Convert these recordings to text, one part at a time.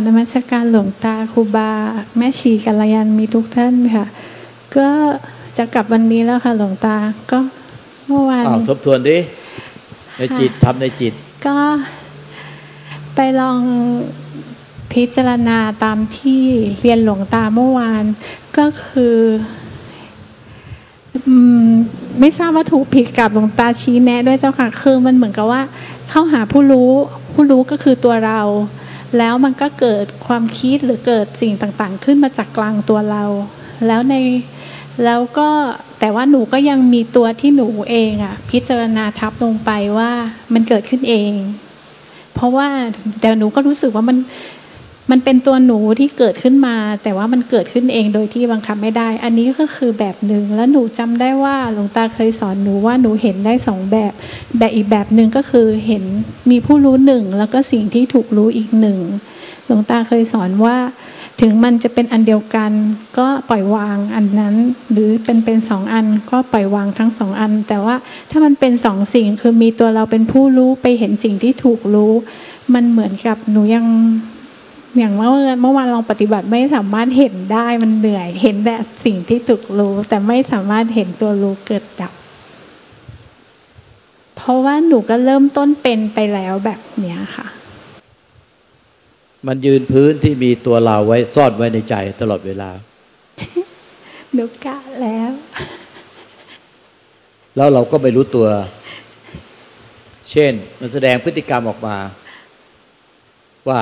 นมัสการหลวงตาครูบาแม่ชีกัลยาณมิตรทุกท่านค่ะก็จะกลับวันนี้แล้วค่ะหลวงตาก็เมื่อวานทบทวนดิในจิตทำในจิตก็ไปลองพิจารณาตามที่เรียนหลวงตาเมื่อวานก็คือไม่ทราบว่าถูกผิดกับหลวงตาชี้แนะด้วยเจ้าค่ะคือมันเหมือนกับว่าเข้าหาผู้รู้ก็คือตัวเราแล้วมันก็เกิดความคิดหรือเกิดสิ่งต่างๆขึ้นมาจากกลางตัวเราแล้วก็แต่ว่าหนูก็ยังมีตัวที่หนูเองอ่ะพิจารณาทับลงไปว่ามันเกิดขึ้นเองเพราะว่าแต่หนูก็รู้สึกว่ามันเป็นตัวหนูที่เกิดขึ้นมาแต่ว่ามันเกิดขึ้นเองโดยที่บังคับไม่ได้อันนี้ก็คือแบบหนึ่งแล้วหนูจำได้ว่าหลวงตาเคยสอนหนูว่าหนูเห็นได้สองแบบอีกแบบหนึ่งก็คือเห็นมีผู้รู้หนึ่งแล้วก็สิ่งที่ถูกรู้อีกหนึ่งหลวงตาเคยสอนว่าถึงมันจะเป็นอันเดียวกันก็ปล่อยวางอันนั้นหรือเป็นสองอันก็ปล่อยวางทั้งสองอันแต่ว่าถ้ามันเป็นสองสิ่งคือมีตัวเราเป็นผู้รู้ไปเห็นสิ่งที่ถูกรู้มันเหมือนกับหนูยังอย่างเมื่อวานลองปฏิบัติไม่สามารถเห็นได้มันเหนื่อยเห็นแต่สิ่งที่ถูกรู้แต่ไม่สามารถเห็นตัวรู้เกิดดับเพราะว่าหนูก็เริ่มต้นเป็นไปแล้วแบบเนี้ยค่ะมันยืนพื้นที่มีตัวเราไว้ซ่อนไว้ในใจตลอดเวลาหนูกะแล้วเราก็ไม่รู้ตัวเช่นมันแสดงพฤติกรรมออกมาว่า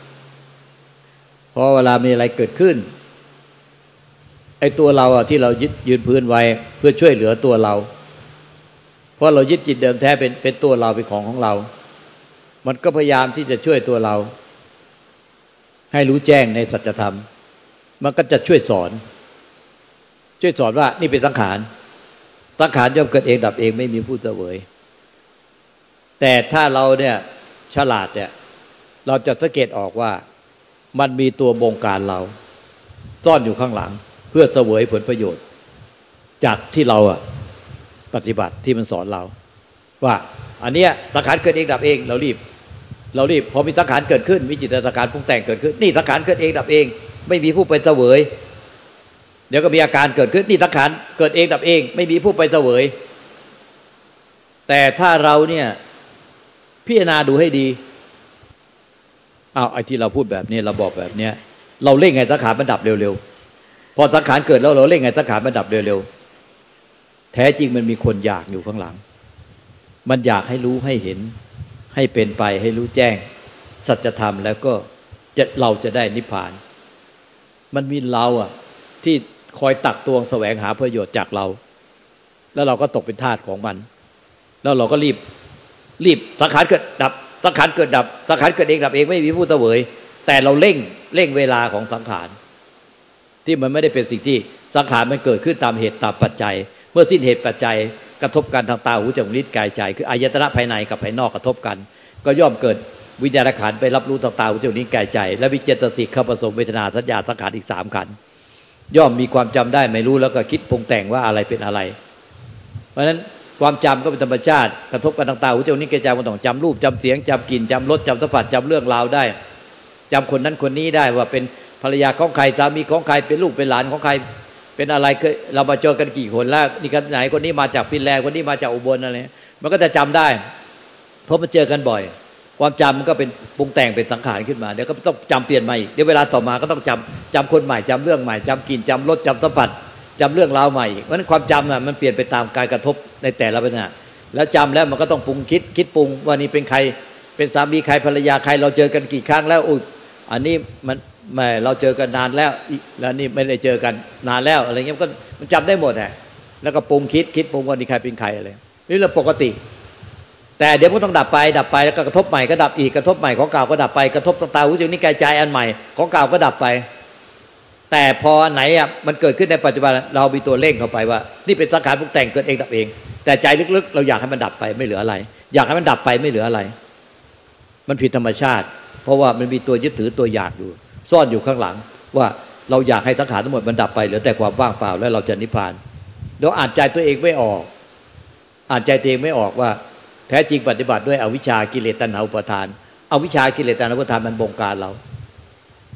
พอเวลามีอะไรเกิดขึ้นไอ้ตัวเราอ่ะที่เรายืนพื้นไว้เพื่อช่วยเหลือตัวเราเพราะเรายึดจิตเดิมแท้เป็นตัวเราเป็นของเรามันก็พยายามที่จะช่วยตัวเราให้รู้แจ้งในสัจธรรมมันก็จะช่วยสอนว่านี่เป็นสังขารย่อมเกิดเองดับเองไม่มีผู้เสวยแต่ถ้าเราเนี่ยฉลาดเนี่ยเราจะสังเกตออกว่ามันมีตัวบงการเราซ่อนอยู่ข้างหลังเพื่อเสวยผลประโยชน์จากที่เราปฏิบัติที่มันสอนเราว่าอันเนี้ยสังขารเกิดเองดับเองเรารีบพอมีสังขารเกิดขึ้นมีจิตสังขารปรุงแต่งเกิดขึ้นนี่สังขารเกิดเองดับเองไม่มีผู้ไปเสวยเดี๋ยวก็มีอาการเกิดขึ้นนี่สังขารเกิดเองดับเองไม่มีผู้ไปเสวยแต่ถ้าเราเนี่ยพิจารณาดูให้ดีไอ้ที่เราพูดแบบนี้เราบอกแบบนี้เราเร่งไงสังขารมันดับเร็วๆพอสังขารเกิดแล้วเราเร่งไงสังขารมันดับเร็วๆแท้จริงมันมีคนอยากอยู่ข้างหลังมันอยากให้รู้ให้เห็นให้เป็นไปให้รู้แจ้งสัจธรรมแล้วก็เราจะได้นิพพานมันมีเราที่คอยตักตวงแสวงหาประโยชน์จากเราแล้วเราก็ตกเป็นทาสของมันแล้วเราก็รีบสังขารเกิดดับสังขารเกิดดับสังขารเกิดเองดับเองไม่มีผู้เสวยแต่เราเร่งเวลาของสังขารที่มันไม่ได้เป็นสิ่งที่สังขารมันเกิดขึ้นตามเหตุตามปัจจัยเมื่อสิ้นเหตุปัจจัยกระทบกันทางตาหูจมูกลิ้นกายใจคืออายตนะภายในกับภายนอกกระทบกันก็ย่อมเกิดวิญญาณขันธ์ไปรับรู้ทางตาหูจมูกลิ้นกายใจและวิเจตสิกเข้าผสมเวทนาสัญญาสังขารอีก3ขันธ์ย่อมมีความจำได้ไม่รู้แล้วก็คิดปรุงแต่งว่าอะไรเป็นอะไรเพราะฉะนั้นความจำก็เป็นธรรมชาติกระทบกันทางตาหูจมูกลิ้นกายใจมันต้องจำรูปจำเสียงจำกลิ่นจำรสจำสัมผัสจำเรื่องราวได้จำคนนั้นคนนี้ได้ว่าเป็นภรรยาของใครสามีของใครเป็นลูกเป็นหลานของใครเป็นอะไรเคยเรามาเจอกันกี่คนแล้วนี่กันไหนคนนี้มาจากฟินแลนด์คนนี้มาจากอุบลอะไรมันก็จะจำได้เพราะมันเจอกันบ่อยความจำมันก็เป็นปรุงแต่งเป็นสังขารขึ้นมาเดี๋ยวก็ต้องจำเปลี่ยนใหม่เดี๋ยวเวลาต่อมาก็ต้องจำคนใหม่จำเรื่องใหม่จำกลิ่นจำรสจำสัมผัสจำเรื่องราวใหม่เพราะฉะนั้นความจำมันเปลี่ยนไปตามการกระทบในแต่ละปัญหาแล้วจำแล้วมันก็ต้องปรุงคิดปรุงว่านี่เป็นใครเป็นสามีใครภรรยาใครเราเจอกันกี่ครั้งแล้วอันนี้มันไม่เราเจอกันนานแล้วนี่ไม่ได้เจอกันนานแล้วอะไรเงี้ยมันจำได้หมดแล้วก็ปรุงคิดปรุงว่านี่ใครเป็นใครอะไรนี่เราปกติแต่เดี๋ยวมันต้องดับไปแล้วก็กระทบใหม่ก็ดับอีกกระทบใหม่ของเก่าก็ดับไปกระทบตาหูจมูกลิ้นกายใจอันใหม่ของเก่าก็ดับไปแต่พอไหนมันเกิดขึ้นในปัจจุบันเรามีตัวเร่งเข้าไปว่านี่เป็นสังขารปรุงแต่งเกิดเองดับเองแต่ใจลึกๆเราอยากให้มันดับไปไม่เหลืออะไรอยากให้มันดับไปไม่เหลืออะไรมันผิดธรรมชาติเพราะว่ามันมีตัวยึดถือตัวอยากอยู่ซ่อนอยู่ข้างหลังว่าเราอยากให้สังขารทั้งหมดมันดับไปเหลือแต่ความว่างเปล่าแล้วเราจะนิพพานเราอ่านใจตัวเองไม่ออกว่าแท้จริงปฏิบัติด้วยอวิชชากิเลสตัณหาอุปาทานอวิชชากิเลสตัณหาอุปาทานมันบงการเรา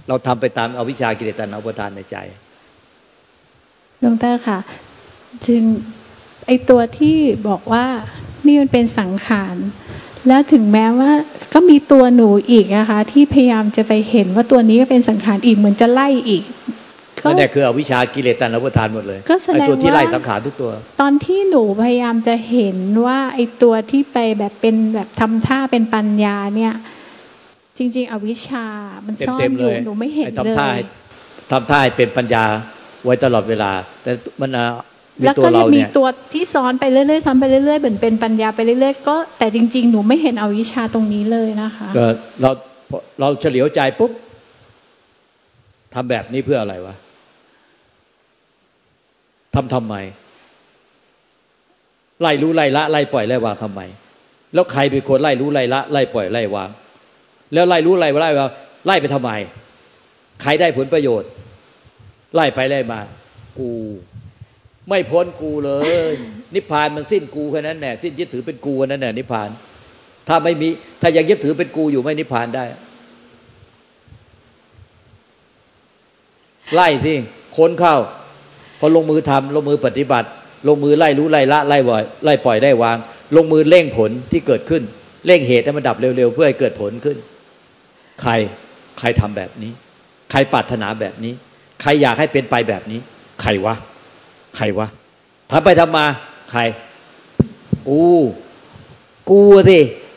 เราทำไปตามอวิชชากิเลสตัณหาอุปาทานในใจหลวงตาค่ะจึงไอตัวที่บอกว่านี่มันเป็นสังขารแล้วถึงแม้ว่าก็มีตัวหนูอีกนะคะที่พยายามจะไปเห็นว่าตัวนี้ก็เป็นสังขารอีกเหมือนจะไล่อีกก็เนี่ยคืออวิชชากิเลสตัณหาอุปาทานหมดเลยไอตัวที่ไล่สังขารทุกตัวตอนที่หนูพยายามจะเห็นว่าไอตัวที่ไปแบบเป็นแบบทำท่าเป็นปัญญาเนี่ยจริงๆอวิชชามันซ่อนอยู่หนูไม่เห็นเลยทำท่าให้เป็นปัญญาไว้ตลอดเวลาแต่มันแล้วก็ยังมีตัวที่ซ้อนไปเรื่อยๆซ้อนไปเรื่อยๆเหมือนเป็นปัญญาไปเรื่อยๆก็แต่จริงๆหนูไม่เห็นอวิชชาตรงนี้เลยนะคะก็เราเฉลียวใจปุ๊บทำแบบนี้เพื่ออะไรวะทำไมไล่รู้ไล่ละไล่ปล่อยไล่วางทำไมแล้วใครเป็นคนไล่รู้ไล่ละไล่ปล่อยไล่วางแล้วไล่รู้ไล่วางไล่ไปทำไมใครได้ผลประโยชน์ไล่ไปไล่มากูไม่พ้นกูเลยนิพพานมันสิ้นกูแค่นั้นแหละสิ้นยึดถือเป็นกูนั่นแหละนิพพานถ้าไม่มีถ้ายังยึดถือเป็นกูอยู่ไม่นิพพานได้ไล่ที่ค้นเข้าพอลงมือทำลงมือปฏิบัติลงมือไล่รู้ไล่ละไล่ปล่อยไล่ปล่อยได้วางลงมือเร่งผลที่เกิดขึ้นเร่งเหตุให้มันดับเร็วๆเพื่อให้เกิดผลขึ้นใครทำแบบนี้ใครปรารถนาแบบนี้ใครอยากให้เป็นไปแบบนี้ใครวะทำไปทำมาใครกูสิ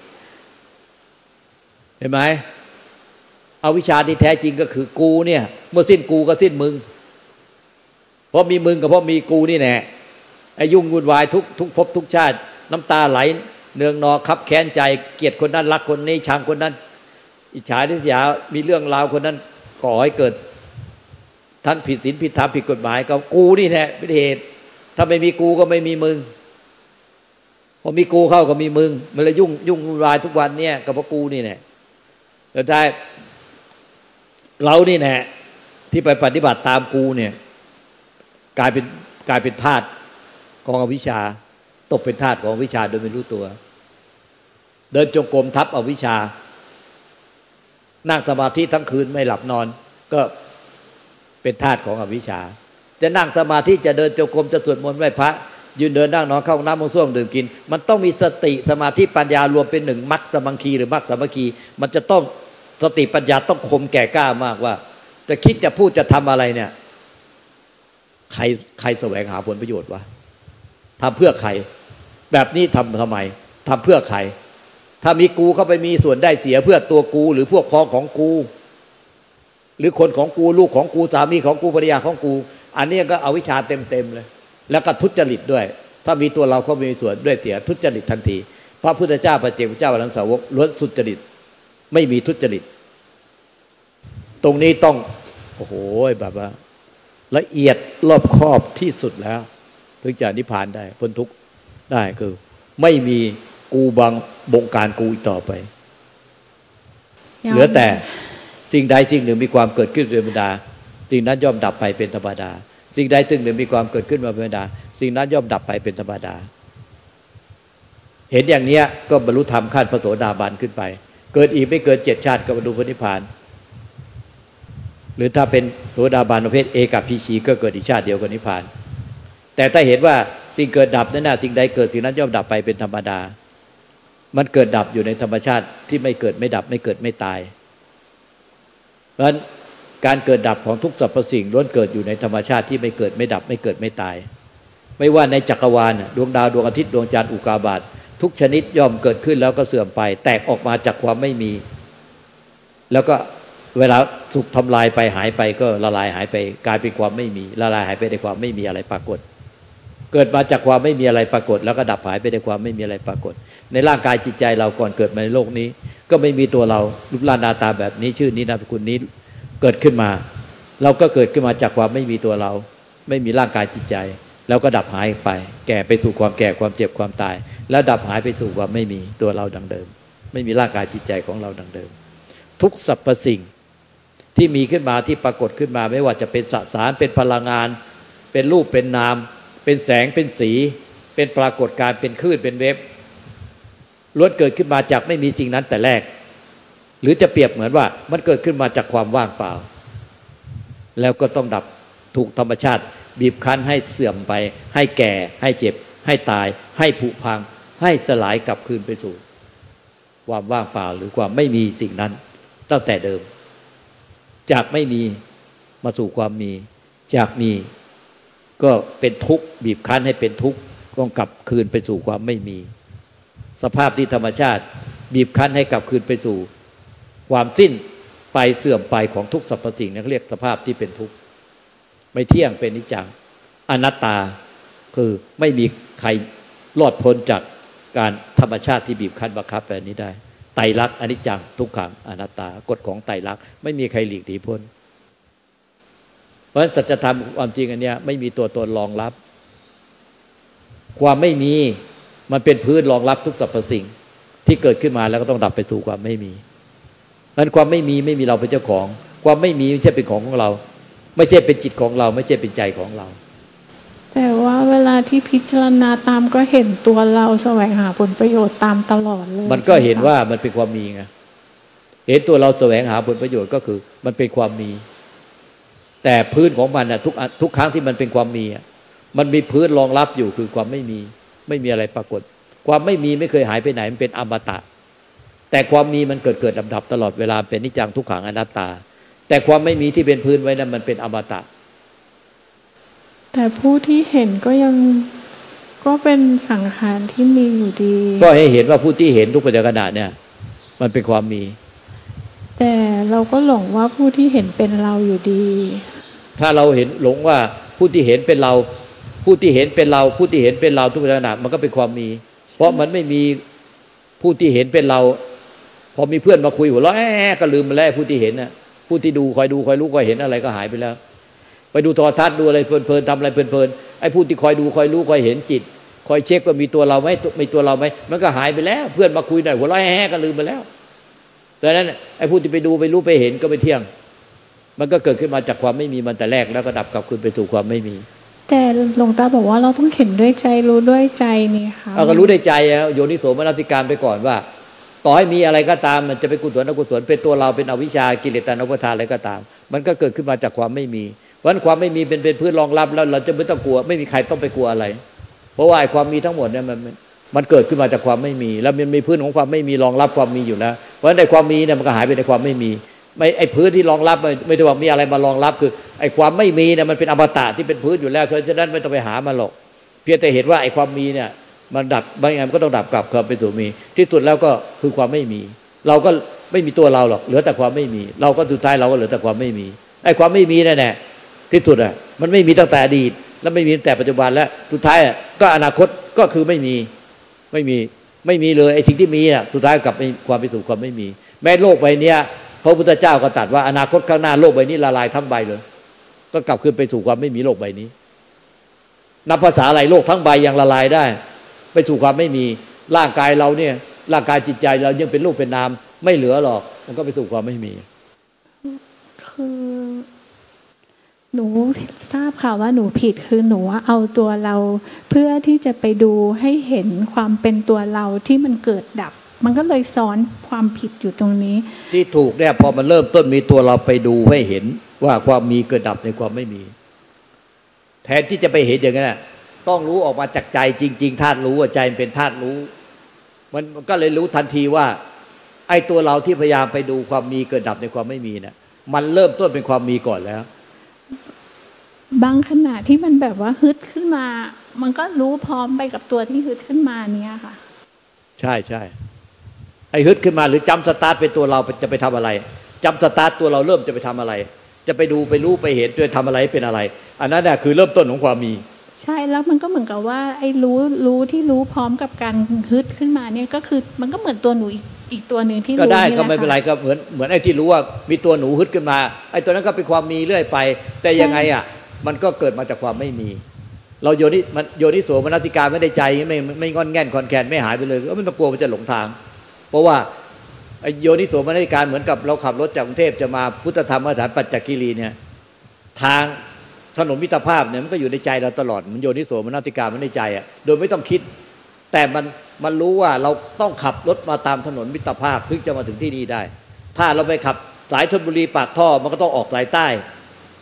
เห็นไหมอวิชชาที่แท้จริงก็คือกูเนี่ยเมื่อสิ้นกูก็สิ้นมึงเพราะมีมึงกับเพราะมีกูนี่แน่ไอ้ยุ่งวุ่นวายทุกภพทุกชาติน้ำตาไหลเนืองนอคับแค้นใจเกลียดคนนั้นรักคนนี้ชังคนนั้นอิจฉาริษยามีเรื่องราวคนนั้นก่อให้เกิดทั้งผิดศีลผิดธรรมผิดกฎหมายก็กูนี่แหละเป็นเหตุถ้าไม่มีกูก็ไม่มีมึงพอมีกูเข้าก็มีมึงมันเลยยุ่งวุ่นวายทุกวันเนี่ยก็เพราะกูนี่แหละแล้วได้เรานี่แหละที่ไปปฏิบัติตามกูเนี่ยกลายเป็นทาสของอวิชชาตกเป็นทาสของอวิชชาโดยไม่รู้ตัวเดินจงกรมทับอวิชชานั่งสมาธิทั้งคืนไม่หลับนอนก็เป็นทาสของอวิชชาจะนั่งสมาธิจะเดินจงกรมจะสวดมนต์ไหว้พระยืนเดินนั่งนอนเข้าห้องน้ำมุ้งส้วมดื่มกินมันต้องมีสติสมาธิปัญญารวมเป็นหนึ่งมรรคสมังคีหรือมรรคสามัคคีมันจะต้องสติปัญญาต้องคมแก่กล้ามากว่าจะคิดจะพูดจะทำอะไรเนี่ยใครแสวงหาผลประโยชน์วะทำเพื่อใครแบบนี้ทำไมทำเพื่อใครถ้ามีกูเข้าไปมีส่วนได้เสียเพื่อตัวกูหรือพวกพ้องของกูหรือคนของกูลูกของกูสามีของกูภรรยาของกูอันนี้ก็อวิชชาเต็มเลยแล้วก็ทุจริตด้วยถ้ามีตัวเราเขามีส่วนด้วยเสียทุจริตทันทีพระพุทธเจ้าพระเจ้าพระเจ้าอรหันตสาวกล้วนสุจริตไม่มีทุจริตตรงนี้ต้องโอ้โหแบบว่าละเอียดรอบคอบที่สุดแล้วถึงจะนิพพานได้พ้นทุกข์ได้คือไม่มีกูบังบงการกูอีกต่อไปเหลือแต่สิ่งใดสิ่งหนึ่งมีความเกิดขึ้นเป็นธรรมดาสิ่งนั้นย่อมดับไปเป็นธรรมดาสิ่งใดสิ่งหนึ่งมีความเกิดขึ้นมาเป็นธรรมดาสิ่งนั้นย่อมดับไปเป็นธรรมดาเห็นอย่างนี้ก็บรรลุธรรมขั้นพระโสดาบันขึ้นไปเกิดอีกไม่เกิน7 ชาติก็บรรลุพระนิพพานหรือถ้าเป็นโสดาบันประเภทเอกัปพีชีก็เกิดอีกชาติเดียวกับนิพพานแต่ถ้าเห็นว่าสิ่งเกิดดับนั่นน่ะสิ่งใดเกิดสิ่งนั้นย่อมดับไปเป็นธรรมดามันเกิดดับอยู่ในธรรมชาติที่ไม่เกิดไม่ดับไม่เกิดไม่ตายเพราะฉะนั้นการเกิดดับของทุกสรรพสิ่งล้วนเกิดอยู่ในธรรมชาติที่ไม่เกิดไม่ดับไม่เกิดไม่ตายไม่ว่าในจักรวาลดวงดาวดวงอาทิตย์ดวงจันทร์อุกาบาตทุกชนิดย่อมเกิดขึ้นแล้วก็เสื่อมไปแตกออกมาจากความไม่มีแล้วก็เวลาสุกทำลายไปหายไปก็ละลายหายไปกลายเป็นความไม่มีละลายหายไปในความไม่มีอะไรปรากฏเกิดมาจากความไม่มีอะไรปรากฏแล้วก็ดับหายไปในความไม่มีอะไรปรากฏในร่างกายจิตใจเราก่อนเกิดมาในโลกนี้ก็ไม่มีตัวเรารูปร่างหน้าตาแบบนี้ชื่อนี้นามสกุลนี้เกิดขึ้นมาเราก็เกิดขึ้นมาจากความไม่มีตัวเราไม่มีร่างกายจิตใจแล้วก็ดับหายไปแก่ไปสู่ความแก่ความเจ็บความตายแล้วดับหายไปสู่ความไม่มีตัวเราดังเดิมไม่มีร่างกายจิตใจของเราดังเดิมทุกสรรพสิ่งที่มีขึ้นมาที่ปรากฏขึ้นมาไม่ว่าจะเป็นสสารเป็นพลังงานเป็นรูปเป็นนามเป็นแสงเป็นสีเป็นปรากฏการณ์เป็นคลื่นเป็นเวฟล้วนเกิดขึ้นมาจากไม่มีสิ่งนั้นแต่แรกหรือจะเปรียบเหมือนว่ามันเกิดขึ้นมาจากความว่างเปล่าแล้วก็ต้องดับถูกธรรมชาติบีบคั้นให้เสื่อมไปให้แก่ให้เจ็บให้ตายให้ผุพังให้สลายกลับคืนไปสู่ความว่างเปล่าหรือความไม่มีสิ่งนั้นตั้งแต่เดิมจากไม่มีมาสู่ความมีจากมีก็เป็นทุกข์บีบคั้นให้เป็นทุกข์ต้องกลับคืนไปสู่ความไม่มีสภาพที่ธรรมชาติบีบคั้นให้กลับคืนไปสู่ความสิ้นไปเสื่อมไปของทุกสรรพสิ่งนั่นเรียกสภาพที่เป็นทุกข์ไม่เที่ยงเป็นนิจจังอนัตตาคือไม่มีใครรอดพ้นจากการธรรมชาติที่บีบคั้นบังคับแบบนี้ได้ไตรลักษณ์อนิจจังทุกขังอนัตตากฎของไตรลักษณ์ไม่มีใครหลีกหนีพ้นเพราะฉะนั้นสัจธรรมความจริงอันเนี้ยไม่มีตัวตนรองรับความไม่มีมันเป็นพื้นรองรับทุกสรรพสิ่งที่เกิดขึ้นมาแล้วก็ต้องดับไปสู่ความไม่มีนั้นความไม่มีไม่มีเราเป็นเจ้าของความไม่มีไม่ใช่เป็นของเราไม่ใช่เป็นจิตของเราไม่ใช่เป็นใจของเราแต่ว่าเวลาที่พิจารณาตามก็เห็นตัวเราแสวงหาผลประโยชน์ตามตลอดเลยมันก็เห็นว่ามันเป็นความมีไงเห็นตัวเราแสวงหาผลประโยชน์ก็คือมันเป็นความมีแต่พื้นของมันน่ะทุกครั้งที่มันเป็นความมีมันมีพื้นรองรับอยู่คือความไม่มีไม่มีอะไรปรากฏความไม่มีไม่เคยหายไปไหนมันเป็นอมตะแต่ความมีมันเกิดดับตลอดเวลาเป็นนิจจังทุกขังอนัตตาแต่ความไม่มีที่เป็นพื้นไว้นั้นมันเป็นอมตะแต่ผู้ที่เห็นก็ยังก็เป็นสังขารที่มีอยู่ดีก็ให้เห็นว่าผู้ที่เห็นทุกปัจจุบันเนี่ยมันเป็นความมีแต่เราก็หลงว่าผู้ที่เห็นเป็นเราอยู่ดีถ้าเราเห็นหลงว่าผู้ที่เห็นเป็นเราผู้ที่เห็นเป็นเราผู้ที่เห็นเป็นเราทุกปัจจุบันมันก็เป็นความมีเพราะมันไม่มีผู้ที่เห็นเป็นเราพอมีเพื่อนมาคุยหัวเราะก็ลืมไปแล้วผู้ที่เห็นน่ะผู้ที่ดูคอยรู้คอยเห็นอะไรก็หายไปแล้วไปดูโทรทัศน์ดูอะไรเพลินๆทำอะไรเพลินๆไอ้ผู้ที่คอยดูคอยรู้คอยเห็นจิตคอยเช็คว่ามีตัวเราไหมมีตัวเราไหมมันก็หายไปแล้วเพื่อนมาคุยหน่อยหัวเราะก็ลืมไปแล้วดังนั้นไอ้ผู้ที่ไปดูไปรู้ไปเห็นก็ไม่เที่ยงมันก็เกิดขึ้นมาจากความไม่มีมันแต่แรกแล้วก็ดับกลับคืนไปสู่ความไม่มีแต่หลวงตาบอกว่าเราต้องเห็นด้วยใจรู้ด้วยใจนี่ค่ะก็รู้ด้วยใจโยนิโสมนสิการไปก่อนว่าต่อให้มีอะไรก็ตามมันจะเป็นกุศลอกุศลเป็นตัวเราเป็นอวิชชากิเลสตัณหาอุปาทานอะไรก็ตามมันก็เกิดขึ้นมาจากความไม่มีเพราะฉะนั้นความไม่มีเป็นพื้นรองรับแล้วเราจะไม่ต้องกลัวไม่มีใครต้องไปกลัวอะไรเพราะว่าไอ้ความมีทั้งหมดเนี่ยมันเกิดขึ้นมาจากความไม่มีแล้วมันมีพื้นของความไม่มีรองรับความมีอยู่แล้วเพราะฉะนั้นในความมีเนี่ยมันก็หายไปในความไม่มีไม่ไอ้พื้นที่รองรับไม่ได้ว่ามีอะไรมารองรับคือไอ้ความไม่มีเนี่ยมันเป็นอมตะที่เป็นพื้นอยู่แล้วเพราะฉะนั้นไม่ต้องไปหามันหรอกเพียงแต่เห็นว่าไอ้ความมีเนี่ยมันดับบางอย่างก็ต้องดับกลับไปสู่มีที่สุดแล้วก็คือความไม่มีเราก็ไม่มีตัวเราหรอกเหลือแต่ความไม่มีเราก็สุดท้ายเราก็เหลือแต่ความไม่มีไอ้ความไม่มีนั่นแหละที่สุดมันไม่มีตั้งแต่อดีตแล้วไม่มีตั้งแต่ปัจจุบันแล้วสุดท้ายก็อนาคตก็คือไม่มีเลยไอ้สิ่งที่มีสุดท้ายกลับไปความไปสู่ความไม่มีแม้โลกใบนี้พระพุทธเจ้าก็ตรัสว่าอนาคตข้างหน้าโลกใบนี้ละลายทั้งใบเลยก็กลับคืนไปสู่ความไม่มีโลกใบนี้นับภาษาอะไรโลกทั้งใบยังละลายได้ไปสู่ความไม่มีร่างกายเราเนี่ยร่างกายจิตใจเรายังเป็นรูปเป็นนามไม่เหลือหรอกมันก็ไปสู่ความไม่มีคือหนูทราบค่ะว่าหนูผิดคือหนูเอาตัวเราเพื่อที่จะไปดูให้เห็นความเป็นตัวเราที่มันเกิดดับมันก็เลยซ้อนความผิดอยู่ตรงนี้ที่ถูกเนี่ยพอมันเริ่มต้นมีตัวเราไปดูให้เห็นว่าความมีเกิดดับในความไม่มีแทนที่จะไปเห็นอย่างนั้นต้องรู้ออกมาจากใจจริงๆธาตุรู้ว่าใจเป็นธาตุรู้มันก็เลยรู้ทันทีว่าไอ้ตัวเราที่พยายามไปดูความมีเกิดดับในความไม่มีเนี่ยมันเริ่มต้นเป็นความมีก่อนแล้วบางขณะที่มันแบบว่าฮึดขึ้นมามันก็รู้พร้อมไปกับตัวที่ฮึดขึ้นมาเนี้ยค่ะใช่ไอ้ฮึดขึ้นมาหรือจำสตาร์ทเป็นตัวเราจะไปทำอะไรจำสตาร์ทตัวเราเริ่มจะไปทำอะไรจะไปดูไปรู้ไปเห็นจะทำอะไรเป็นอะไรอันนั้นคือเริ่มต้นของความมีใช่แล้วมันก็เหมือนกับว่าไอ้รู้ที่รู้พร้อมกับการฮึดขึ้นมาเนี่ยก็คือมันก็เหมือนตัวหนูอีกตัวนึงที่ก็ได้ก็ไม่เป็นไรก็เหมือนไอ้ที่รู้ว่ามีตัวหนูฮึดขึ้นมาไอ้ตัวนั้นก็เป็นความมีเรื่อยไปแต่ยังไงมันก็เกิดมาจากความไม่มีเราโยนิโสมนสิการไม่ได้ใจไม่งอนแง่นคอนแคนไม่หายไปเลยก็ไม่ต้องกลัวมันจะหลงทางเพราะว่าโยนิโสมนสิการเหมือนกับเราขับรถจากกรุงเทพจะมาพุทธธรรมสถานปัจจคีรีเนี่ยทางถนนมิตรภาพเนี่ยมันก็อยู่ในใจเราตลอดมันโยนิโสมนสิการมันในใจโดยไม่ต้องคิดแต่มันรู้ว่าเราต้องขับรถมาตามถนนมิตรภาพถึงจะมาถึงที่นี่ได้ถ้าเราไปขับสายชลบุรีปากท่อมันก็ต้องออกสายใต้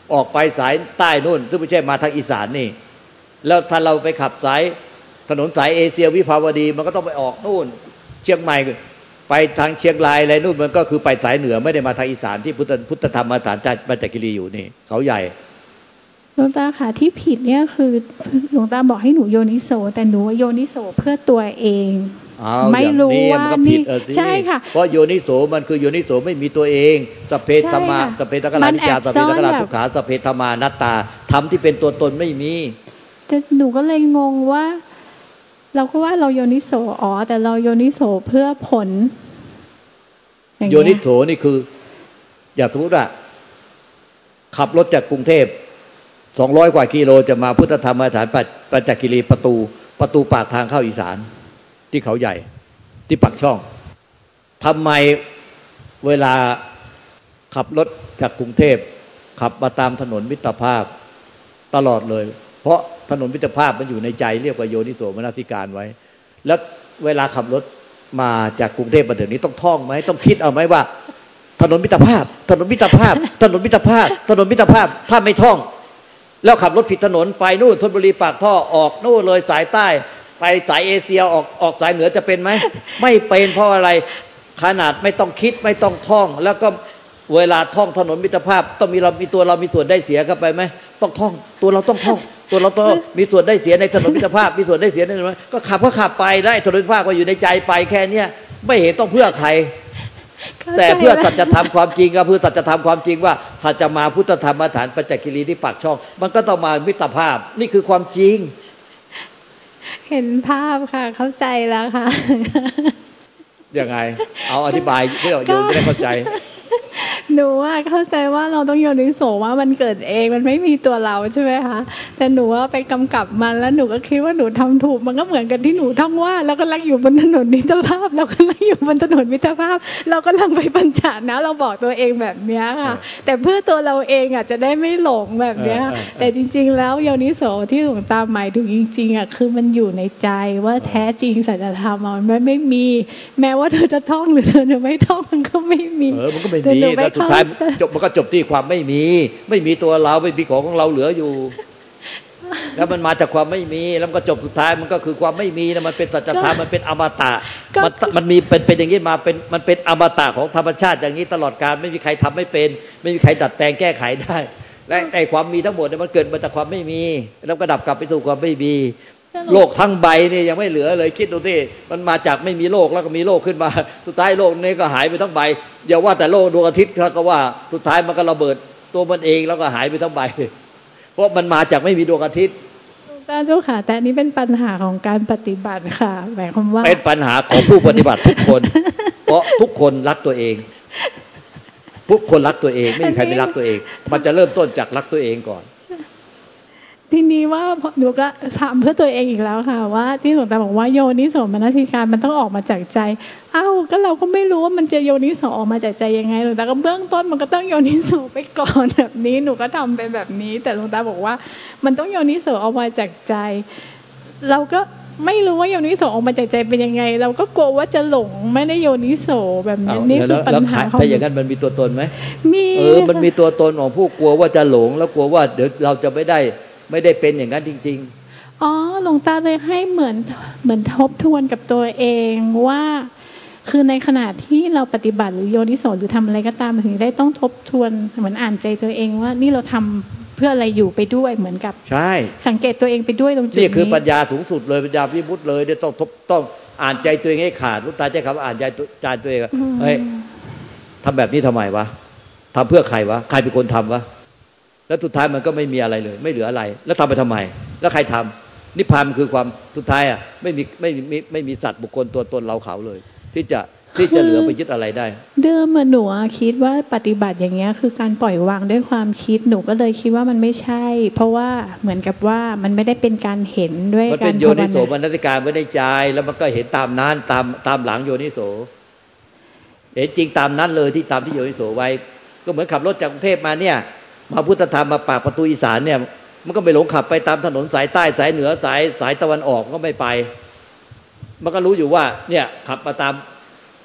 ออกไปสายใต้นู่นซึ่งไม่ใช่มาทางอีสานนี่แล้วถ้าเราไปขับสายถนนสายเอเชียวิภาวดีมันก็ต้องไปออกนู่นเชียงใหม่ไปทางเชียงรายอะไรนู่นมันก็คือไปสายเหนือไม่ได้มาทางอีสานที่พุทธธรรมสถานปัญจคีรีอยู่นี่เขาใหญ่หลวงตาค่ะที่ผิดเนี่ยคือหลวงตาบอกให้หนูโยนิโสแต่หนูโยนิโสเพื่อตัวเองไม่รู้ว่านี่ใช่ค่ะเพราะโยนิโสมันคือโยนิโสไม่มีตัวเองสัพเพธรรมาสัพเพตังกลานิจจาสัพเพตังกลาทุกขาสัพเพธรรมานัตตาธรรมที่เป็นตัวตนไม่มีแต่หนูก็เลยงงว่าเราก็ว่าเราโยนิโสแต่เราโยนิโสเพื่อผลโยนิโสนี่คืออย่าสมมติว่าขับรถจากกรุงเทพ200 กว่ากิโลจะมาพุทธธรรมสถานปัญจคีรีประตูปากทางเข้าอีสานที่เขาใหญ่ที่ปากช่องทำไมเวลาขับรถจากกรุงเทพขับมาตามถนนมิตรภาพตลอดเลยเพราะถนนมิตรภาพมันอยู่ในใจเรียกว่าโยนิโสมนสิการไว้แล้วเวลาขับรถมาจากกรุงเทพมาถึงนี้ต้องท่องไหมต้องคิดเอาไหมว่าถนนมิตรภาพถนนมิตรภาพถนนมิตรภาพถนนมิตรภาพถ้าไม่ท่องแล้วขับรถผิดถนนไปนู่นธนบุรีปากท่อออกนู่นเลยสายใต้ไปสายเอเชียออกสายเหนือจะเป็นไหมไม่เป็นเพราะอะไรขนาดไม่ต้องคิดไม่ต้องท่องแล้วก็เวลาท่องถนนมิตรภาพต้องมีตัวเรามีส่วนได้เสียเข้าไปไหมต้องท่องตัวเราต้องท่องตัวเราต้องมีส่วนได้เสียในถนนมิตรภาพมีส่วนได้เสียในถนนก็ขับไปได้ถนนมิตรภาพก็อยู่ในใจไปแค่เนี้ยไม่เห็นต้องเพื่อใครแต่เพื่อสัจธรรมความจริงก็เพื่อสัจธรรมความจริงว่าถ้าจะมาพุทธธรรมสถานปัญจคีรีที่ปากช่องมันก็ต้องมามิตรภาพนี่คือความจริงเห็นภาพค่ะเข้าใจแล้วค่ะยังไงเอาอธิบายเพื่อโยมจะได้เข้าใจหนูว่าเข้าใจว่าเราต้องโยนิโสว่ามันเกิดเองมันไม่มีตัวเราใช่ไหมคะแต่หนูว่าไปกำกับมันแล้วหนูก็คิดว่าหนูทำถูกมันก็เหมือนกันที่หนูท่องว่าเรากำลังอยู่บนถนนมิตรภาพเรากำลังอยู่บนถนนมิตรภาพเรากำลังไปปัญจานะเราบอกตัวเองแบบนี้ค่ะแต่เพื่อตัวเราเองจะได้ไม่หลงแบบนี้แต่จริงๆแล้วโยนิโสที่หลวงตาหมายถึงจริงๆคือมันอยู่ในใจว่าแท้จริงสัจธรรมมันไม่มีแม้ว่าเธอจะท่องหรือเธอจะไม่ท่องมันก็ไม่มีมันก็ไม่มีแล้วสุดท้ายมันก็จบที่ความไม่มีตัวเราไม่มีของเราเหลืออยู่แล้วมันมาจากความไม่มีแล้วมันก็จบสุดท้ายมันก็คือความไม่มีนะมันเป็นสัจธรรมมันเป็นอมตะมันมีเป็นอย่างนี้มาเป็นมันเป็นอมตะของธรรมชาติอย่างนี้ตลอดกาลไม่มีใครทำไม่เป็นไม่มีใครดัดแปลงแก้ไขได้และไอ้ความมีทั้งหมดเนี่ยมันเกิดมาจากความไม่มีแล้วก็ดับกลับไปสู่ความไม่มีโลกทั้งใบนี่ยังไม่เหลือเลยคิดดูสิมันมาจากไม่มีโลกแล้วก็มีโลกขึ้นมาสุดท้ายโลกนี้ก็หายไปทั้งใบอย่าว่าแต่โลกดวงอาทิตย์ก็ว่าสุดท้ายมันก็ระเบิดตัวมันเองแล้วก็หายไปทั้งใบเพราะมันมาจากไม่มีดวงอาทิตย์เจ้าค่ะแต่นี้เป็นปัญหาของการปฏิบัติค่ะหมายความว่าเป็นปัญหาของผู้ปฏิบัติทุกคนเพราะทุกคนรักตัวเองทุกคนรักตัวเองไม่มีใครไม่รักตัวเองมันจะเริ่มต้นจากรักตัวเองก่อนทีนี้ว่าหนูก็ถามเพื่อตัวเองอีกแล้วค่ะว่าที่หลวงตาบอกว่าโยนิโสมนสิการมันต้องออกมาจากใจก็เราก็ไม่รู้ว่ามันจะโยนิโสออกมาจากใจยังไงหลวงตาก็เบื้องต้นมันก็ต้องโยนิโสไปก่อนแบบนี้หนูก็ทำไปแบบนี้แต่หลวงตาบอกว่ามันต้องโยนิโสออกมาจากใจเราก็ไม่รู้ว่าโยนิโสออกมาจากใจเป็นยังไงเราก็กลัวว่าจะหลงไม่ได้โยนิโสแบบนี้นี่คือปัญหาของถ้าอย่างนั้นมันมีตัวตนไหมมีมันมีตัวตนของผู้กลัวว่าจะหลงแล้วกลัวว่าเดี๋ยวเราจะไม่ได้เป็นอย่างนั้นจริงๆหลวงตาเลยให้เหมือนทบทวนกับตัวเองว่าคือในขณะที่เราปฏิบัติหรือโยนิโสหรือทำอะไรก็ตามถึงได้ต้องทบทวนเหมือนอ่านใจตัวเองว่านี่เราทำเพื่ออะไรอยู่ไปด้วยเหมือนกับใช่สังเกตตัวเองไปด้วยตรงจุดนี้นี่คือปัญญาสูงสุดเลยปัญญาวิมุตติเลยเนี่ยต้องอ่านใจตัวเองให้ขาดลูกตาใช้คำว่าอ่านใจตัวเองเฮ้ยทำแบบนี้ทำไมวะทำเพื่อใครวะใครเป็นคนทำวะแล้วสุดท้ายมันก็ไม่มีอะไรเลยไม่เหลืออะไรแล้วทำไปทำไมแล้วใครทำนิพพานคือความสุดท้ายไม่มีสัตว์บุคคลตัวตนเราเขาเลยที่จะเหลือไปยึดอะไรได้เดิมหนูคิดว่าปฏิบัติอย่างเงี้ยคือการปล่อยวางด้วยความคิดหนูก็เลยคิดว่ามันไม่ใช่เพราะว่าเหมือนกับว่ามันไม่ได้เป็นการเห็นด้วยการมันเป็นโยนิโสมนสิการไม่ได้ใจแล้วมันก็เห็นตามนั้นตามหลังโยนิโสเห็นจริงตามนั้นเลยที่ตามที่โยนิโสไว้ก็เหมือนขับรถจากกรุงเทพมาเนี่ยมาพุทธธรรมมาปากประตูอีสานเนี่ยมันก็ไม่หลงขับไปตามถนนสายใต้สายเหนือสายตะวันออกก็ไม่ไปมันก็รู้อยู่ว่าเนี่ยขับมาตาม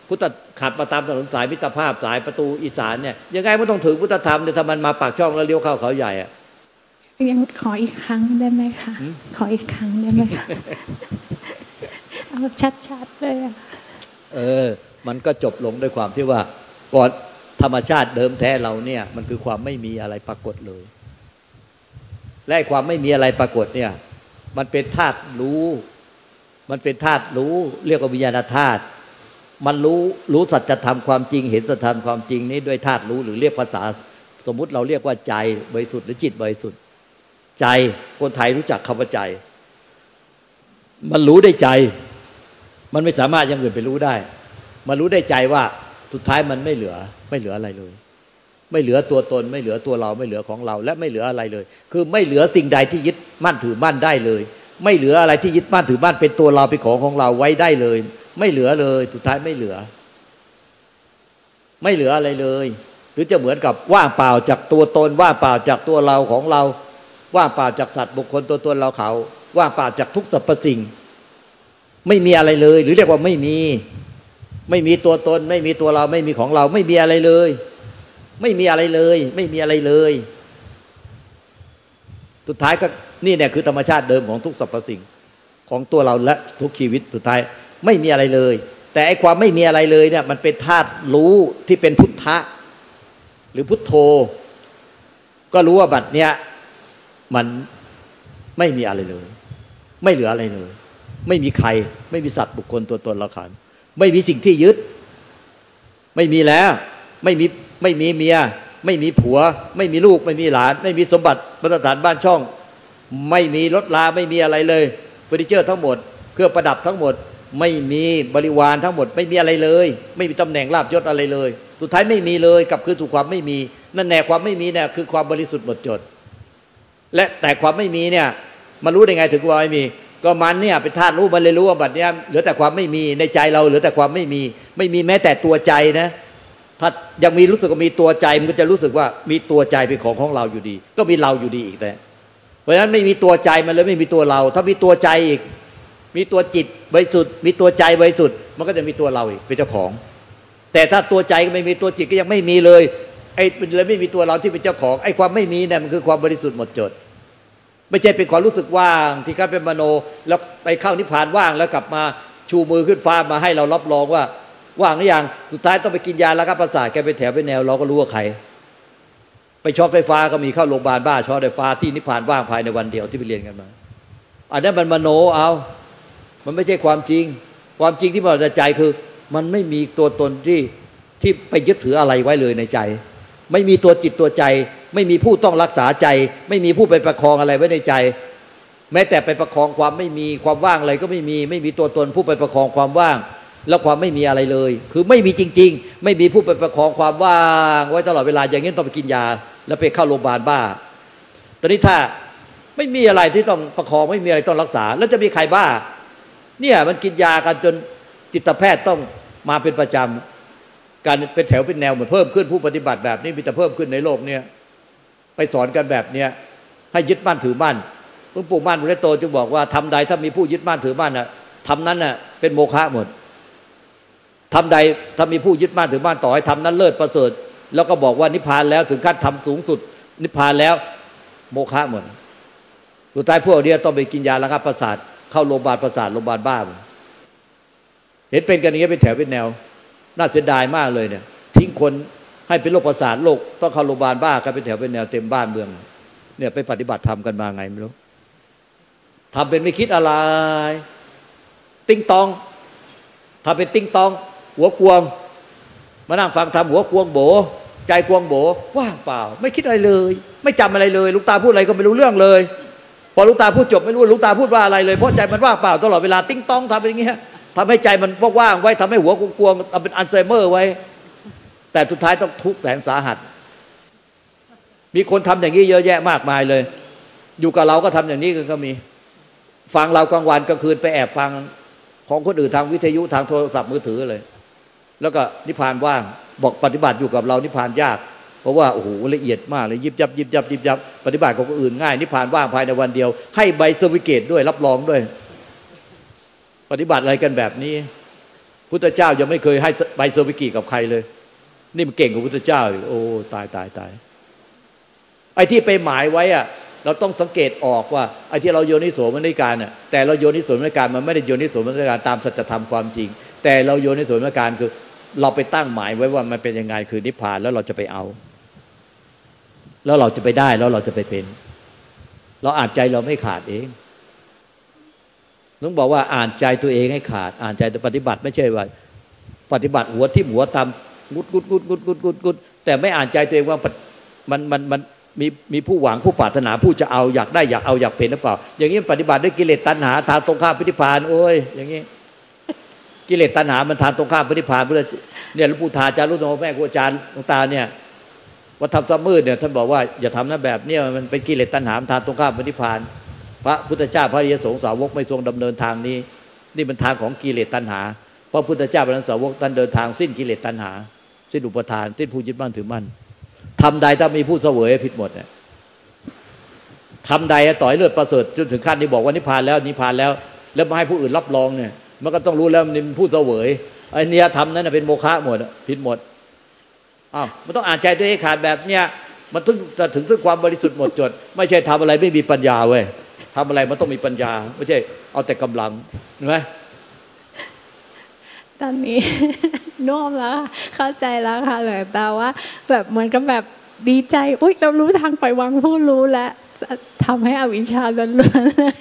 พุทธขับมาตามถนนสายมิตรภาพสายประตูอีสานเนี่ยยังไงมันต้องถึงพุทธธรรมเนี่ยถ้ามันมาปากช่องแล้วเลี้ยวเข้าเขาใหญ่อะยังขออีกครั้งได้ไหมคะขออีกครั้งได้ไหมคะเอาชัดๆเลยอะมันก็จบลงด้วยความที่ว่าก่อนธรรมชาติเดิมแท้เราเนี่ยมันคือความไม่มีอะไรปรากฏเลยและความไม่มีอะไรปรากฏเนี่ยมันเป็นธาตุรู้มันเป็นธาตุรู้เรียกว่าวิญญาณธาตุมันรู้สัจธรรมความจริงเห็นสัจธรรมความจริงนี้ด้วยธาตุรู้หรือเรียกภาษาสมมุติเราเรียกว่าใจบริสุทธิ์หรือจิตบริสุทธิ์ใจคนไทยรู้จักคำว่าใจมันรู้ได้ใจมันไม่สามารถอย่างอื่นไปรู้ได้มันรู้ได้ใจว่าสุดท้ายมันไม่เหลืออะไรเลยไม่เหลือตัวตนไม่เหลือตัวเราไม่เหลือของเราและไม่เหลืออะไรเลยคือไม่เหลือสิ่งใดที่ยึดมั่นถือมั่นได้เลยไม่เหลืออะไรที่ยึดมั่นถือมั่นเป็นตัวเราเป็นของเราไว้ได้เลยไม่เหลือเลยสุดท้ายไม่เหลืออะไรเลยหรือจะเหมือนกับว่างเปล่าจากตัวตนว่างเปล่าจากตัวเราของเราว่างเปล่าจากสัตว์บุคคลตัวตนเราเขาว่างเปล่าจากทุกสรรพสิ่งไม่มีอะไรเลยหรือเรียกว่าไม่มีตัวตนไม่มีตัวเราไม่มีของเราไม่มีอะไรเลยไม่มีอะไรเลยไม่มีอะไรเลยสุดท้ายก็นี่เนี่ยคือธรรมชาติเดิมของทุกสรรพสิ่งของตัวเราและทุกชีวิตสุดท้ายไม่มีอะไรเลยแต่ไอ้ความไม่มีอะไรเลยเนี่ยมันเป็นธาตุรู้ที่เป็นพุทธะหรือพุทโธก็รู้ว่าบัดเนี้ยมันไม่มีอะไรเลยไม่เหลืออะไรเลยไม่มีใครไม่มีสัตว์บุคคลตัวตนเราขันไม่มีสิ่งที่ยึดไม่มีแล้วไม่มีเมียไม่มีผัวไม่มีลูกไม่มีหลานไม่มีสมบัติประสถานบ้านช่องไม่มีรถลาไม่มีอะไรเลยเฟอร์นิเจอร์ทั้งหมดเครื่องประดับทั้งหมดไม่มีบริวารทั้งหมดไม่มีอะไรเลยไม่มีตำแหน่งลาภยศอะไรเลยสุดท้ายไม่มีเลยกลับคืนสู่ความไม่มีนั่นแน่ความไม่มีเนี่ยคือความบริสุทธิ์หมดจดและแต่ความไม่มีเนี่ยมันรู้ได้ไงถึงความไม่มีก็มันเนี่ยเป็นธาตุรู้มันเลยรู้ว่าบัดเนี้ยเหลือแต่ความไม่มีในใจเราเหลือแต่ความไม่มีแม้แต่ตัวใจนะถ้ายังมีรู้สึกว่ามีตัวใจมันก็จะรู้สึกว่ามีตัวใจเป็นของเราอยู่ดีก็มีเราอยู่ดีอีกแต่เพราะฉะนั้นไม่มีตัวใจมันเลยไม่มีตัวเราถ้ามีตัวใจอีกมีตัวจิตบริสุทธิ์มีตัวใจบริสุทธิ์มันก็จะมีตัวเราอีกเป็นเจ้าของแต่ถ้าตัวใจก็ไม่มีตัวจิตก็ยังไม่มีเลยไอ้เลยไม่มีตัวเราที่เป็นเจ้าของไอ้ความไม่มีเนี่ยมันคือความบริสุทธิ์หมดจดไม่ใช่เป็นความรู้สึกว่างที่กลายเป็นมโนแล้วไปเข้านิพพานว่างแล้วกลับมาชูมือขึ้นฟ้ามาให้เรารับรองว่าว่างหรือยังสุดท้ายต้องไปกินยาแล้วก็ประสาทแกไปแถวไปแนวเราก็รู้ว่าใครไปช็อตไฟฟ้าก็มีเข้าโรงพยาบาลบ้าช็อตไฟฟ้าที่นิพพานว่างภายในวันเดียวที่ไปเรียนกันมาอันนั้นมันมโนเอามันไม่ใช่ความจริงความจริงที่มันจะใจคือมันไม่มีตัวตนที่ไปยึดถืออะไรไว้เลยในใจไม่มีตัวจิตตัวใจไม่มีผู้ต้องรักษาใจไม่มีผู้ไปประคองอะไรไว้ในใจแม้แต่ไปประคองความไม่มีความว่างอะไรก็ไม่มีตัวตนผู้ไปประคองความว่างแล้วความไม่มีอะไรเลยคือไม่มีจริงๆไม่มีผู้ไปประคองความว่างไว้ตลอดเวลาอย่างนี้ต้องไปกินยาแล้วไปเข้าโรงพยาบาลบ้าตอนนี้ถ้าไม่มีอะไรที่ต้องประคองไม่มีอะไรต้องรักษาแล้วจะมีใครบ้าเนี่ยมันกินยากันจนจิตแพทย์ต้องมาเป็นประจำการเป็นแถวเป็นแนวเหมือนเพิ่มขึ้นผู้ปฏิบัติแบบนี้มีแต่เพิ่มขึ้นในโลกเนี่ยไปสอนกันแบบเนี้ยให้ยึดมั่นถือมั่นหลวงปู่มั่นพุทธโตจึงบอกว่าทำใดถ้ามีผู้ยึดมั่นถือมั่นน่ะทำนั้นน่ะเป็นโมฆะหมดทำใดถ้ามีผู้ยึดมั่นถือมั่นต่อให้ทำนั้นเลิศประเสริฐแล้วก็บอกว่านิพพานแล้วถึงขั้นทำสูงสุดนิพพานแล้วโมฆะหมดสุดท้ายพวกเนี้ยต้องไปกินยาระงับประสาทเข้าโรงพยาบาลประสาทโรงพยาบาลบ้าเห็นเป็นกันอย่างนี้เป็นแถวเป็นแนวน่าเสียดายมากเลยเนี่ยทิ้งคนให้เป็นโรคประสาทโรคต้องเข้าโรงพยาบาลบ้ากันเป็นแถวเป็นแนวเต็มบ้านเมืองเนี่ยไปปฏิบัติธรรมกันมาไงไม่รู้ทำเป็นไม่คิดอะไรติ้งตองทำเป็นติ้งตองหัวกวงมานั่งฟังทำหัวกวงโบใจกวงโบว่างเปล่าไม่คิดอะไรเลยไม่จำอะไรเลยลูกตาพูดอะไรก็ไม่รู้เรื่องเลยพอลูกตาพูดจบไม่รู้ลูกตาพูดว่าอะไรเลยเพราะใจมันว่างเปล่าตลอดเวลาติ้งตองทำเป็นอย่างนี้ทำให้ใจมันว่างไว้ทำให้หัวกวงๆเป็นอัลไซเมอร์ไว้แต่สุดท้ายต้องทุกข์แสนสาหัสมีคนทำอย่างนี้เยอะแยะมากมายเลยอยู่กับเราก็ทำอย่างนี้ก็มีฟังเรากลางวันกลางคืนไปแอบฟังของคนอื่นทางวิทยุทางโทรศัพท์มือถือเลยแล้วก็นิพพานว่างบอกปฏิบัติอยู่กับเรานิพพานยากเพราะว่าโอ้โหละเอียดมากเลยยิบยับปฏิบัติกับคนอื่นง่ายนิพพานว่างภายในวันเดียวให้ใบเซอร์ติฟิเคตด้วยรับรองด้วยปฏิบัติอะไรกันแบบนี้พุทธเจ้ายังไม่เคยให้ใบโซบิกิกับใครเลยนี่มันเก่งกว่าพุทธเจ้าเลยโอ้ตายไอ้ที่ไปหมายไว้อะเราต้องสังเกตออกว่าไอ้ที่เราโยนิโสมนสิการน่ะแต่เราโยนิโสมนสิการมันไม่ได้โยนิโสมนสิการตามสัจธรรมความจริงแต่เราโยนิโสมนสิการคือเราไปตั้งหมายไว้ว่ามันเป็นยังไงคือนิพพานแล้วเราจะไปเอาแล้วเราจะไปได้แล้วเราจะไปเป็นเราอ่านใจเราไม่ขาดเองต้องบอกว่าอ่านใจตัวเองให้ขาดอ่านใจแต่ปฏิบัติไม่ใช่ว่าปฏิบัติหัวทิ่มหัวตำกุดแต่ไม่อ่านใจตัวเองว่ามันมีผู้หวังผู้ปรารถนาผู้จะเอาอยากได้อยากเอาอยากเป็นหรือเปล่าอย่างนี้ปฏิบัติด้วยกิเลสตัณหาทางตรงข้ามนิพพานโอ้ยอย่างนี้กิเลสตัณหามันทางตรงข้ามนิพพานเพื่อเนี่ยหลวงปู่ทาจารุโนแม่ครูอาจารย์หลวงตาเนี่ยวัดธรรมสมืดเนี่ยท่านบอกว่าอย่าทำนะแบบนี้มันเป็นกิเลสตัณหาทางตรงข้ามนิพพานพระพุทธเจ้าพระอริยสงฆ์สาวกไม่ทรงดำเนินทางนี้นี่เป็นทางของกิเลสตัณหาพระพุทธเจ้าพระอริยสาวกท่านเดินทางสิ้นกิเลสตัณหาสิ้นอุปทานสิ้นผู้ยึดมั่นถือมั่นทำใดถ้ามีผู้เสวยผิดหมดเนี่ยทำใดต่อยเลือดประเสริฐจนถึงขั้นที่บอกว่านิพพานแล้วนิพพานแล้วมาให้ผู้อื่นรับรองเนี่ยมันก็ต้องรู้แล้วมันผู้เสวยไอ้เนี่ยทำนั้นเป็นโมฆะหมดผิดหมดอ้าวมันต้องอ่านใจตัวเองขาดแบบเนี้ยมันถึงความบริสุทธิ์หมดจดไม่ใช่ทำอะไรไม่มีปัญญาเว้ยทำอะไรมันต้องมีปัญญาไม่ใช่เอาแต่กำลังเห็นไหมตอนนี้น่วมแล้วเข้าใจแล้วค่ะหลวงตาว่าแบบเหมือนกับแบบดีใจอุ๊ยเรารู้ทางปล่อยวางผู้รู้แล้วทำให้อวิชชาล้วนๆเลย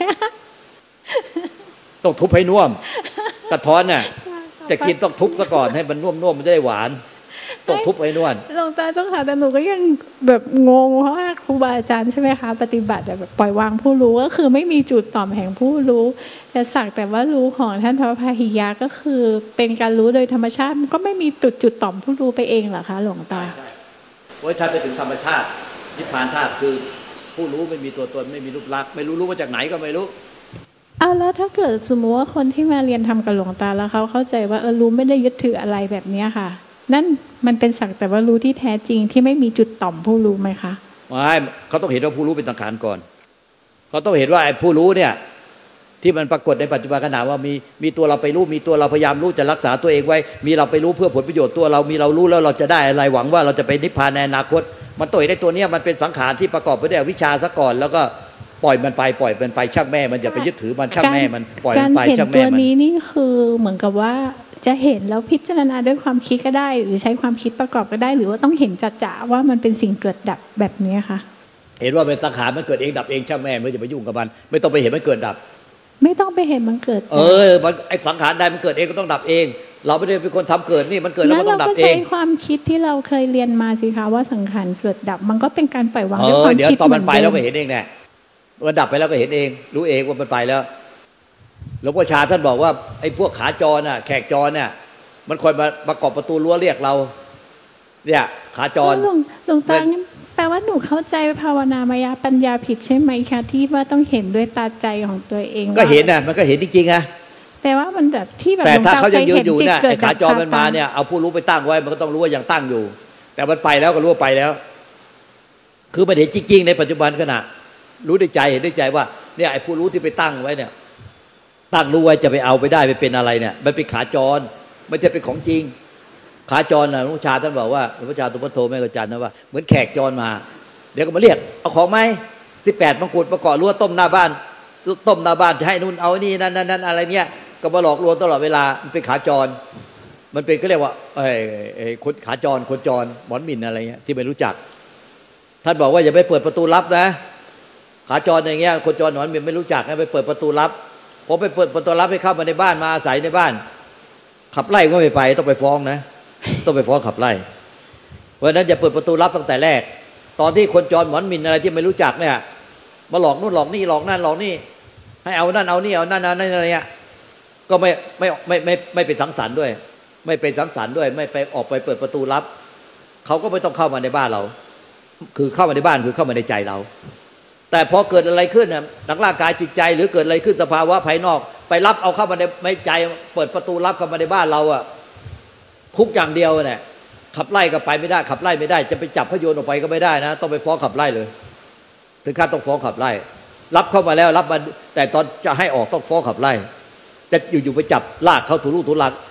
ต้องทุบให้น่วมกระท้อนเนี่ยจะกินต้องทุบซะก่อนให้มันน่วมมันจะได้หวานต้องทุบให้น่วมหลวงตาเจ้าค่ะแต่หนูก็ยังแบบงงเพราะว่าครูบาอาจารย์ใช่ไหมคะปฏิบัติแบบปล่อยวางผู้รู้ก็คือไม่มีจุดต่อมแห่งผู้รู้แต่สักแต่ว่ารู้ของท่านพระพาหิยะก็คือเป็นการรู้โดยธรรมชาติมันก็ไม่มีจุดต่อมผู้รู้ไปเองเหรอคะหลวงตาโอ้ยถ้าไปถึงธรรมชาตินิพพานธาตุคือผู้รู้ไม่มีตัวตนไม่มีรูปลักษณ์ไม่รู้มาจากไหนก็ไม่รู้แล้วถ้าเกิดสมมติว่าคนที่มาเรียนทำกับหลวงตาแล้วเขาเข้าใจว่ารู้ไม่ได้ยึดถืออะไรแบบนี้ค่ะนั่นมันเป็นสักแต่ว่ารู้ที่แท้จริงที่ไม่มีจุดต่อมผู้รู้ไหมคะไม่เขาต้องเห็นว่าผู้รู้เป็นสังขารก่อนเขาต้องเห็นว่าไอ้ผู้รู้เนี่ยที่มันปรากฏในปัจจุบันขณะว่ามีตัวเราไปรู้มีตัวเราพยายามรู้จะรักษาตัวเองไว้มีเราไปรู้เพื่อผลประโยชน์ตัวเรามีเรารู้แล้วเราจะได้อะไรหวังว่าเราจะไปนิพพานในอนาคตมันตัวได้ตัวนี้มันเป็นสังขารที่ประกอบไปด้วยวิชาซะก่อนแล้วก็ปล่อยมันไปช่างแม่มันอย่าไปยึดถือมันช่างแม่มันปล่อยมันไปช่างแม่มันการเห็นตัวนี้นี่คือเหมือนกับว่าจะเห็นแล้วพิจารณาด้วยความคิดก็ได้หรือใช้ความคิดประกอบก็ได้หรือว่าต้องเห็นจัดๆว่ามันเป็นสิ่งเกิดดับแบบนี้ค่ะเห็นว่าเป็นสังขารมันเกิดเองดับเองช่างแม่ไม่จะไปยุ่งกับมันไม่ต้องไปเห็นมันเกิดดับไม่ต้องไปเห็นมันเกิดมันไอ้สังขารใดมันเกิดเองก็ต้องดับเองเราไม่ได้เป็นคนทำเกิดนี่มันเกิดแล้วมันต้องดับเองเราก็ใช้ความคิดที่เราเคยเรียนมาสิคะว่าสังขารเกิดดับมันก็เป็นการปล่อยวางด้วยความคิดเดี๋ยวตอนมันไปแล้วก็เห็นเองแน่มันดับไปแล้วก็เห็นเองรู้เองว่ามันไปแล้วหลวงพ่อชาท่านบอกว่าไอ้พวกขาจรน่ะแขกจรน่ะมันคอยมาเกาะประตูรั้วเรียกเราเนี่ยขาจรหลวงตางั้นแปลว่าหนูเข้าใจภาวนามายปัญญาผิดใช่ไหมคะที่ว่าต้องเห็นด้วยตาใจของตัวเองก็เห็นน่ะมันก็เห็นจริงๆนะแต่ว่ามันแบบที่แบบแต่ถ้าเขายังยืนอยู่เนี่ยไอ้ขาจรมันมาเนี่ยเอาผู้รู้ไปตั้งไว้มันก็ต้องรู้ว่ายังตั้งอยู่แต่มันไปแล้วก็รู้ว่าไปแล้วคือมันเห็นจริงๆในปัจจุบันขณะรู้ด้วยใจเห็นด้วยใจว่าเนี่ยไอ้ผู้รู้ที่ไปตั้งไว้เนี่ยตั้งรู้ไว้จะไปเอาไปได้ไปเป็นอะไรเนี่ยมันเป็นขาจรไม่ใช่เป็นของจริงขาจรน่ะหลวงพ่อชาท่านบอกว่าหลวงพ่อชาตุปโทแม่อาจารย์นะว่าเหมือนแขกจรมาเดี๋ยวก็มาเรียกเอาของไหม18มงกุฎประกอบรั้วต้มหน้าบ้านจะให้นู่นเอานี่นั่นอะไรเนี่ยก็มาหลอกลวงตลอดเวลามันเป็นขาจรมันเป็นก็เรียกว่าคนขาจรคนจรหมอนหมิ่นอะไรเงี้ยที่ไม่รู้จักท่านบอกว่าอย่าไปเปิดประตูลับนะขาจรอย่างเงี้ยคนจรหมอนหมิ่นไม่รู้จักนะไปเปิดประตูลับพอไปเปิดประตูลับให้เข้ามาในบ้านมาอาศัยในบ้านขับไล่ก็ไม่ไปต้องไปฟ้องนะต้องไปฟ้องขับไล่เพราะนั้นอย่าเปิดประตูลับตั้งแต่แรกตอนที่คนจรหมอนหมิ่นอะไรที่ไม่รู้จักเนี่ยมาหลอกนู่นหลอกนี่หลอกนั่นหลอกนี่ให้เอานั่นเอานี่เอานั่นอะไรเงี้ยก็ไม่เป็นสังสรรค์ด้วยไม่เป็นสังสรรค์ด้วยไม่ไปออกไปเปิดประตูลับเขาก็ไม่ต้องเข้ามาในบ้านเราคือเข้ามาในบ้านคือเข้ามาในใจเราแต่พอเกิดอะไรขึ้นเนี่ยทางร่างกายจิตใจหรือเกิดอะไรขึ้นสภาวะภายนอกไปรับเอาเข้ามาในใจเปิดประตูรับเข้ามาในบ้านเราอะทุกอย่างเดียวเนี่ยขับไล่ก็ไปไม่ได้ขับไล่ไม่ได้จะไปจับพโยนออกไปก็ไม่ได้นะต้องไปฟ้องขับไล่เลยถึงขั้นต้องฟ้องขับไล่รับเข้ามาแล้วรับมาแต่ตอนจะให้ออกต้องฟ้องขับไล่จะอยู่ๆไปจับลากเขาถูรูถูลัก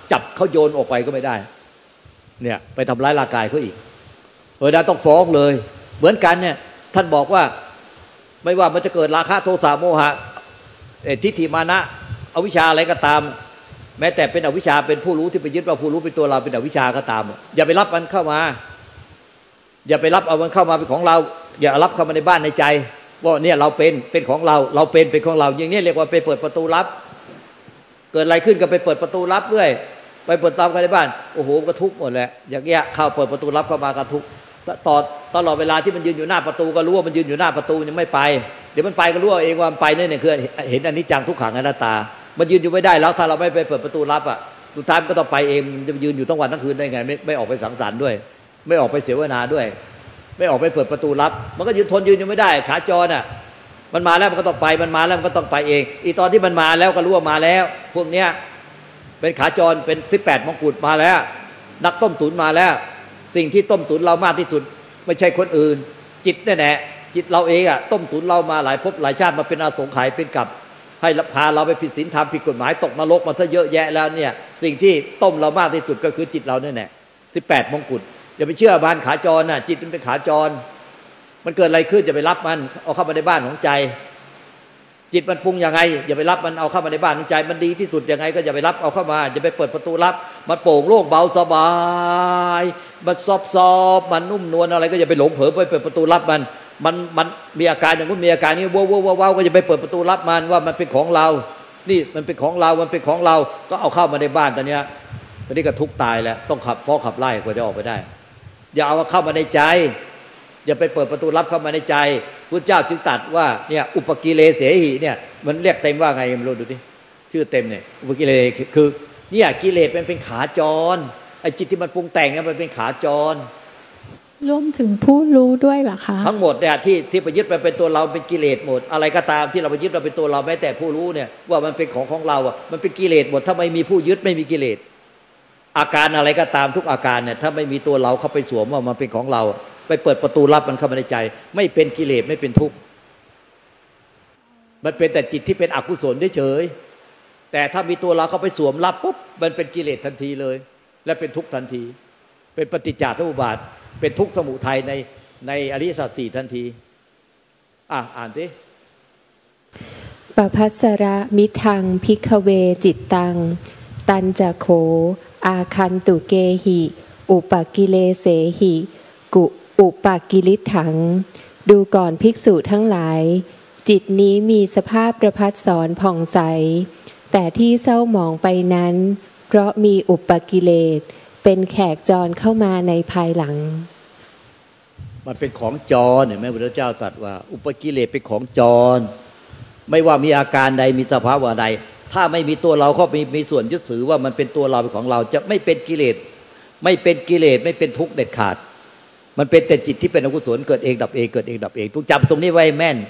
จับเขาโยนออกไปก็ไม่ได้เนี่ยไปทำร้ายร่างกายเขาอีกได้ต้องฟ้องเลยเหมือนกันเนี่ยท่านบอกว่าไม่ว่ามันจะเกิดราคะโทสะโมหะทิฏฐิมานะอวิชชาอะไรก็ตามแม้แต่เป็นอวิชชาเป็นผู้รู้ที่ไปยึดว่าผู้รู้เป็นตัวเราเป็นอวิชชาก็ตามอย่าไปรับมันเข้ามาอย่าไปรับเอามันเข้ามาเป็นของเราอย่ารับเข้ามาในบ้านในใจว่าเนี่ยเราเป็นของเราเป็นของเราอย่างนี้เรียกว่าไปเปิดประตูรับเกิดอะไรขึ้นก็ไปเปิดประตูรับด้วยไปเปิดตามกันในบ้านโอ้โหก็ทุกข์หมดแหละอย่างเงี้ยเข้าเปิดประตูรับเข้ามาก็ทุกข์ตลอดเวลาที่มันยืนอยู่หน้าประตูก็รู้ว่ามันยืนอยู่หน้าประตูยังไม่ไปเดี๋ยวมันไปก็รู้เองว่ามันไปเนี่ยคือเห็นอนิจจังทุกขังอนัตตามันยืนอยู่ไม่ได้แล้วถ้าเราไม่ไปเปิดประตูรับอ่ะสุดท้ายมันก็ต้องไปเองมันจะยืนอยู่ทั้งวันทั้งคืนได้ไงไม่ออกไปสังสรรค์ด้วยไม่ออกไปเสวนาด้วยไม่ออกไปเปิดประตูรับมันก็ยืนอยู่ไม่ได้ขาจรอ่ะมันมาแล้วมันก็ต้องไปมันมาแล้วมันก็ต้องไปเองอีตอนที่มันมาแล้วก็รู้ว่ามาแล้วพวกเนี้ยเป็นขาจรเป็น18มงกุฎมาแล้วนักต้มตุ๋นมาแล้วสิ่งที่ต้มตุ๋นเรามากที่สุดไม่ใช่คนอื่นจิตแน่ๆจิตเราเองอ่ะต้มตุ๋นเรามาหลายภพหลายชาติมาเป็นอาสงไขยเป็นกับให้พาเราไปผิดศีลธรรมผิดกฎหมายตกนรกมาซะเยอะแยะแล้วเนี่ยสิ่งที่ต้มเรามากที่สุดก็คือจิตเราแน่ๆ18มงกุฎอย่าไปเชื่อบานขาจรน่ะจิตมันเป็นขาจรมันเกิดอะไรขึ้นอย่าไปรับมันเอาเข้ามาในบ้านของใจจิตมันปรุงยังไงอย่าไปรับมันเอาเข้ามาในบ้านของใจมันดีที่สุดยังไงก็อย่าไปรับเอาเข้ามาอย่าไปเปิดประตูรับมันโปร่งโล่งเบาสบายมันซอบมันนุ่มนวลอะไรก็อย่าไปหลงเผลอไปเปิดประตูรับมันมีอาการอย่างนู้นมีอาการนี้ว้าวก็อย่าไปเปิดประตูรับมันว่ามันเป็นของเรานี่มันเป็นของเรามันเป็นของเราก็เอาเข้ามาในบ้านตอนนี้ก็ทุกข์ตายแล้วต้องขับฟ้องขับไล่กว่าจะออกไปได้อย่าเอาเข้ามาในใจอย่าไปเปิดประตูรับเข้ามาในใจพุทธเจ้าจึงตรัสว่าเนี่ยอุปกิเลเสหิเนี่ยมันเรียกเต็มว่าไงไม่รู้ดูดิชื่อเต็มเนี่ยอุปกิเลคือเนี่ยกิเลสมันเป็นขาจรไอ้จิตที่มันปรุงแต่งมันเป็นขาจรรวมถึงผู้รู้ด้วยเหรอคะทั้งหมดเนี่ยที่ไปยึดไปเป็นตัวเราเป็นกิเลสหมดอะไรก็ตามที่เราไปยึดเราเป็นตัวเราแม้แต่ผู้รู้เนี่ยว่ามันเป็นของเราอ่ะมันเป็นกิเลสหมดถ้าไม่มีผู้ยึดไม่มีกิเลสอาการอะไรก็ตามทุกอาการเนี่ยถ้าไม่มีตัวเราเข้าไปสวมว่ามันเป็นของเราไปเปิดประตูรับมันเข้ามาในใจไม่เป็นกิเลสไม่เป็นทุกข์มันเป็นแต่จิตที่เป็นอกุศลเฉยๆแต่ถ้ามีตัวเราเข้าไปสวมรับปุ๊บมันเป็นกิเลสทันทีเลยและเป็นทุกข์ทันทีเป็นปฏิจจสมุปบาทเป็นทุกข์สมุทัยในอริยสัจ4ทันทีอ่านสิปภัสสระมิทังภิกขเวจิตตังตัญจโขอาคันตุเกหิอุปกิเลเสหิกุอุปกิลิถังดูก่อนภิกษุทั้งหลายจิตนี้มีสภาพประภัสสรผ่องใสแต่ที่เศร้าหมองไปนั้นเพราะมีอุปกิเลสเป็นแขกจรเข้ามาในภายหลังมันเป็นของจรเห็นไหมพระพุทธเจ้าตรัสว่าอุปกิเลสเป็นของจรไม่ว่ามีอาการใดมีสภาวะใดถ้าไม่มีตัวเราก็มีส่วนยึดถือว่ามันเป็นตัวเราเป็นของเราจะไม่เป็นกิเลสไม่เป็นกิเลสไม่เป็นทุกข์เด็ดขาดมันเป็นแต่จิตที่เป็นอกุศลเกิดเองดับเองเกิดเองดับเองต้องจำตรงนี้ไว้แม่น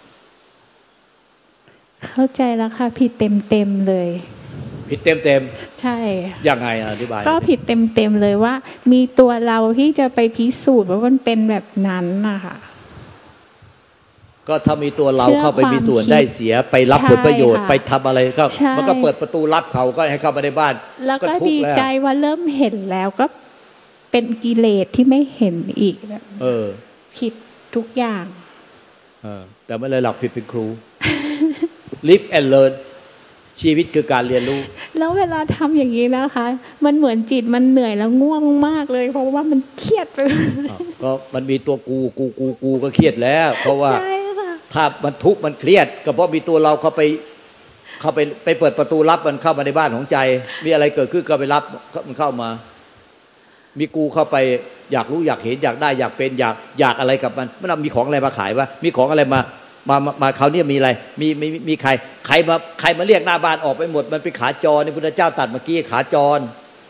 เข้าใจแล้วค่ะผิดเต็มเลยผิดเต็มใช่ยังไงอธิบายก็ผิดเต็มเลยว่ามีตัวเราที่จะไปพิสูจน์ว่ามันเป็นแบบนั้นนะคะก็ถ้ามีตัวเราเข้าไปมีส่วนได้เสียไปรับผลประโยชน์ไปทำอะไรก็มันก็เปิดประตูรับเขาก็ให้เข้ามาในบ้านแล้วก็ดีใจว่าเริ่มเห็นแล้วก็เป็นกิเลสที่ไม่เห็นอีกแบบผิดทุกอย่างแต่ไม่เลยหลักผิดเป็นครู live and learn ชีวิตคือการเรียนรู้แล้วเวลาทำอย่างนี้นะคะมันเหมือนจิตมันเหนื่อยแล้วง่วงมากเลยเพราะว่ามันเครียดไปก็มันมีตัวกูก็เครียดแล้วเพราะว่าถ้ามันทุกข์มันเครียดก็เพราะมีตัวเราเข้าไปเปิดประตูรับมันเข้ามาในบ้านของใจมีอะไรเกิดขึ้นก็ไปรับมันเข้ามามีกูเข้าไปอยากรู้อยากเห็นอยากได้อยากเป็นอยากอะไรกับมันมีของอะไรมาขายวะมีของอะไรมาคราวนี้มีอะไรมีใครมาเรียกหน้าบ้านออกไปหมดมันเป็นขาจรนี่พุทธเจ้าตรัสเมื่อกี้ขาจร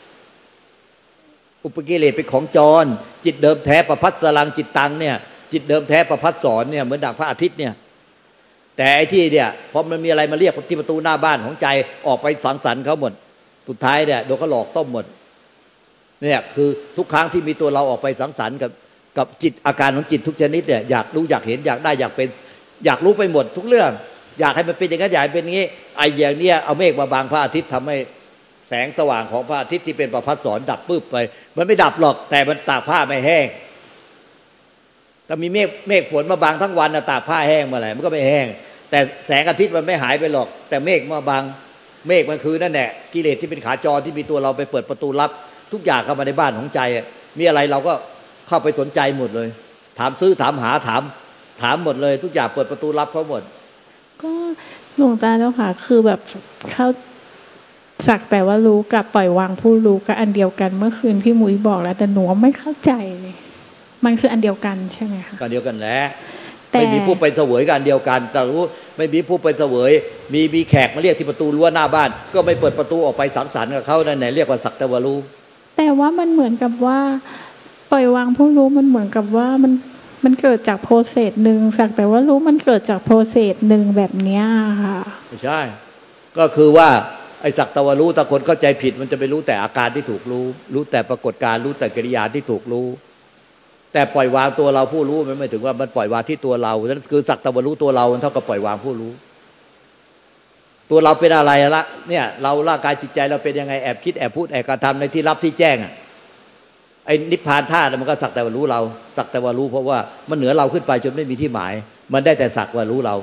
อุปกิเลสเป็นของจรจิตเดิมแท้ประภัสสรังจิตตังเนี่ยจิตเดิมแท้ประภัสสรเนี่ยเหมือนดั่งพระอาทิตย์เนี่ยแต่ไอ้ที่เนี่ยพอมันมีอะไรมาเรียกที่ประตูหน้าบ้านของใจออกไปสังสรรค์เขาหมดสุดท้ายเนี่ยโดนเขาหลอกต้มหมดเนี่ยคือทุกครั้งที่มีตัวเราออกไปสังสรรค์กับจิตอาการของจิตทุกชนิดเนี่ยอยากรู้อยากเห็นอยากได้อยากเป็นอยากรู้ไปหมดทุกเรื่องอยากให้มันเป็นอย่างนั้นอยากให้เป็นอย่างนี้ไอ้อย่างเนี้ยเอาเมฆมาบังพระอาทิตย์ทำให้แสงสว่างของพระอาทิตย์ที่เป็นประภัสสรดับปึ๊บไปมันไม่ดับหรอกแต่มันตากผ้าไม่แห้งถ้ามีเมฆฝนมาบังทั้งวันตากผ้าแห้งเมื่อไหร่มันก็ไม่แห้งแต่แสงอาทิตย์มันไม่หายไปหรอกแต่เมฆมาบังเมฆมันคือนั่นแหละกิเลสที่เป็นขาจรที่มีตัวเราไปเปิดประตูลับทุกอย่างเข้ามาในบ้านของใจมีอะไรเราก็เข้าไปสนใจหมดเลยถามซื้อถามหาถามหมดเลยทุกอย่างเปิดประตูลับเขาหมดก็หลวงตาเจ้าค่ะคือแบบเขาสักแต่ว่ารู้กับปล่อยวางผู้รู้ก็อันเดียวกันเมื่อคืนพี่มุ้ยบอกแล้วแต่หนูไม่เข้าใจเลยมันคืออันเดียวกันใช่ไหมคะอันเดียวกันแหละไม่มีผู้ไปเสวยกันเดียวกันแต่รู้ไม่มีผู้ไปเสวยมีแขกมาเรียกที่ประตูรั้วหน้าบ้านก็ไม่เปิดประตูออกไปสังสรรค์กับเขานั่นแหละเรียกว่าสักแต่ว่ารู้แต่ว่ามันเหมือนกับว่าปล่อยวางผู้รู้มันเหมือนกับว่ามันเกิดจากโปรเซสหนึ่งสักแต่ว่ารู้มันเกิดจากโปรเซสหนึ่งแบบนี้ค่ะไม่ใช่ก็คือว่าไอ้สักแต่ว่ารู้ถ้าคนเข้าใจผิดมันจะไปรู้แต่อาการที่ถูกรู้แต่ปรากฏการรู้แต่กิริยาที่ถูกรู้แต่ปล่อยวางตัวเราผู้รู้มันไม่ถึงว่ามันปล่อยวางที่ตัวเรานั่นคือสักแต่ว่ารู้ตัวเราเท่ากับปล่อยวางผู้รู้ตัวเราเป็นอะไรละเนี่ยเราร่างกายจิตใจเราเป็นยังไงแอบคิดแอบพูดแอบกระทำในที่ลับที่แจ้งไอ้นิพพานธาตุมันก็สักแต่ว่ารู้เราสักแต่ว่ารู้เพราะว่ามันเหนือเราขึ้นไปจนไม่มีที่หมายมันได้แต่สักว่ารู้เรา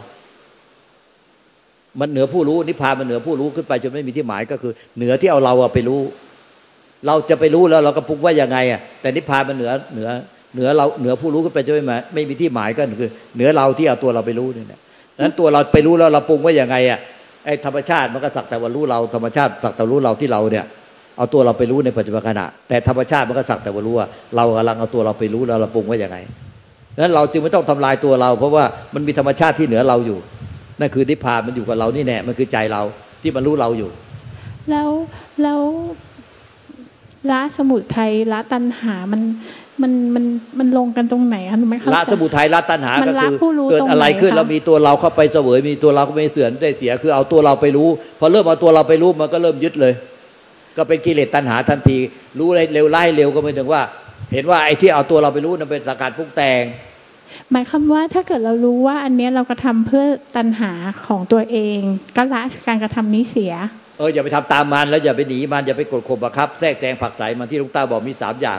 มันเหนือผู้รู้นิพพานมันเหนือผู้รู้ขึ้นไปจนไม่มีที่หมายก็คือเหนือที่เอาเราไปรู้เราจะไปรู้แล้วเราก็ปรุงว่ายังไงแต่นิพพานมันเหนือเราเหนือผู้รู้ขึ้นไปจนไม่มีที่หมายก็คือเหนือเราที่เอาตัวเราไปรู้เนี่ยนั้นตัวเราไปรู้แล้วเราปรุงว่ายังไงไอ้ธรรมชาติมันก็สักแต่ว่ารู้เราธรรมชาติสักแต่รู้เราที่เราเนี่ยเอาตัวเราไปรู้ในปัจจุบันขณะแต่ธรรมชาติมันก็สักแต่ว่ารู้ว่าเรากำลังเอาตัวเราไปรู้แล้วเราปรุงว่ายังไงนั้นเราจึงไม่ต้องทำลายตัวเราเพราะว่ามันมีธรรมชาติที่เหนือเราอยู่นั่นคือนิพพานมันอยู่กับเรานี่แน่มันคือใจเราที่มันรู้เราอยู่แล้วละสมุทัยละตัณหามันลงกันตรงไหนคะหนูไม่เข้าใจละสมุทัยละตัณหาก็คือเกิดอะไรขึ้นแล้วมีตัวเราเข้าไปเสวยมีตัวเราก็ไม่เสื่อมได้เสียคือเอาตัวเราไปรู้พอเริ่มเอาตัวเราไปรู้มันก็เริ่มยึดเลยก็เป็นกิเลสตัณหาทันทีรู้เร็วไล่เร็วก็ไม่ถึงว่าเห็นว่าไอ้ที่เอาตัวเราไปรู้นั่นเป็นสังขารปรุงแต่งหมายความว่าถ้าเกิดเรารู้ว่าอันนี้เรากระทำเพื่อตัณหาของตัวเองก็ละการกระทำนี้เสียอย่าไปทำตามมันแล้วอย่าไปหนีมันอย่าไปกดข่มบังคับแทรกแซงผักใสมันที่หลวงตาบอกมี3อย่าง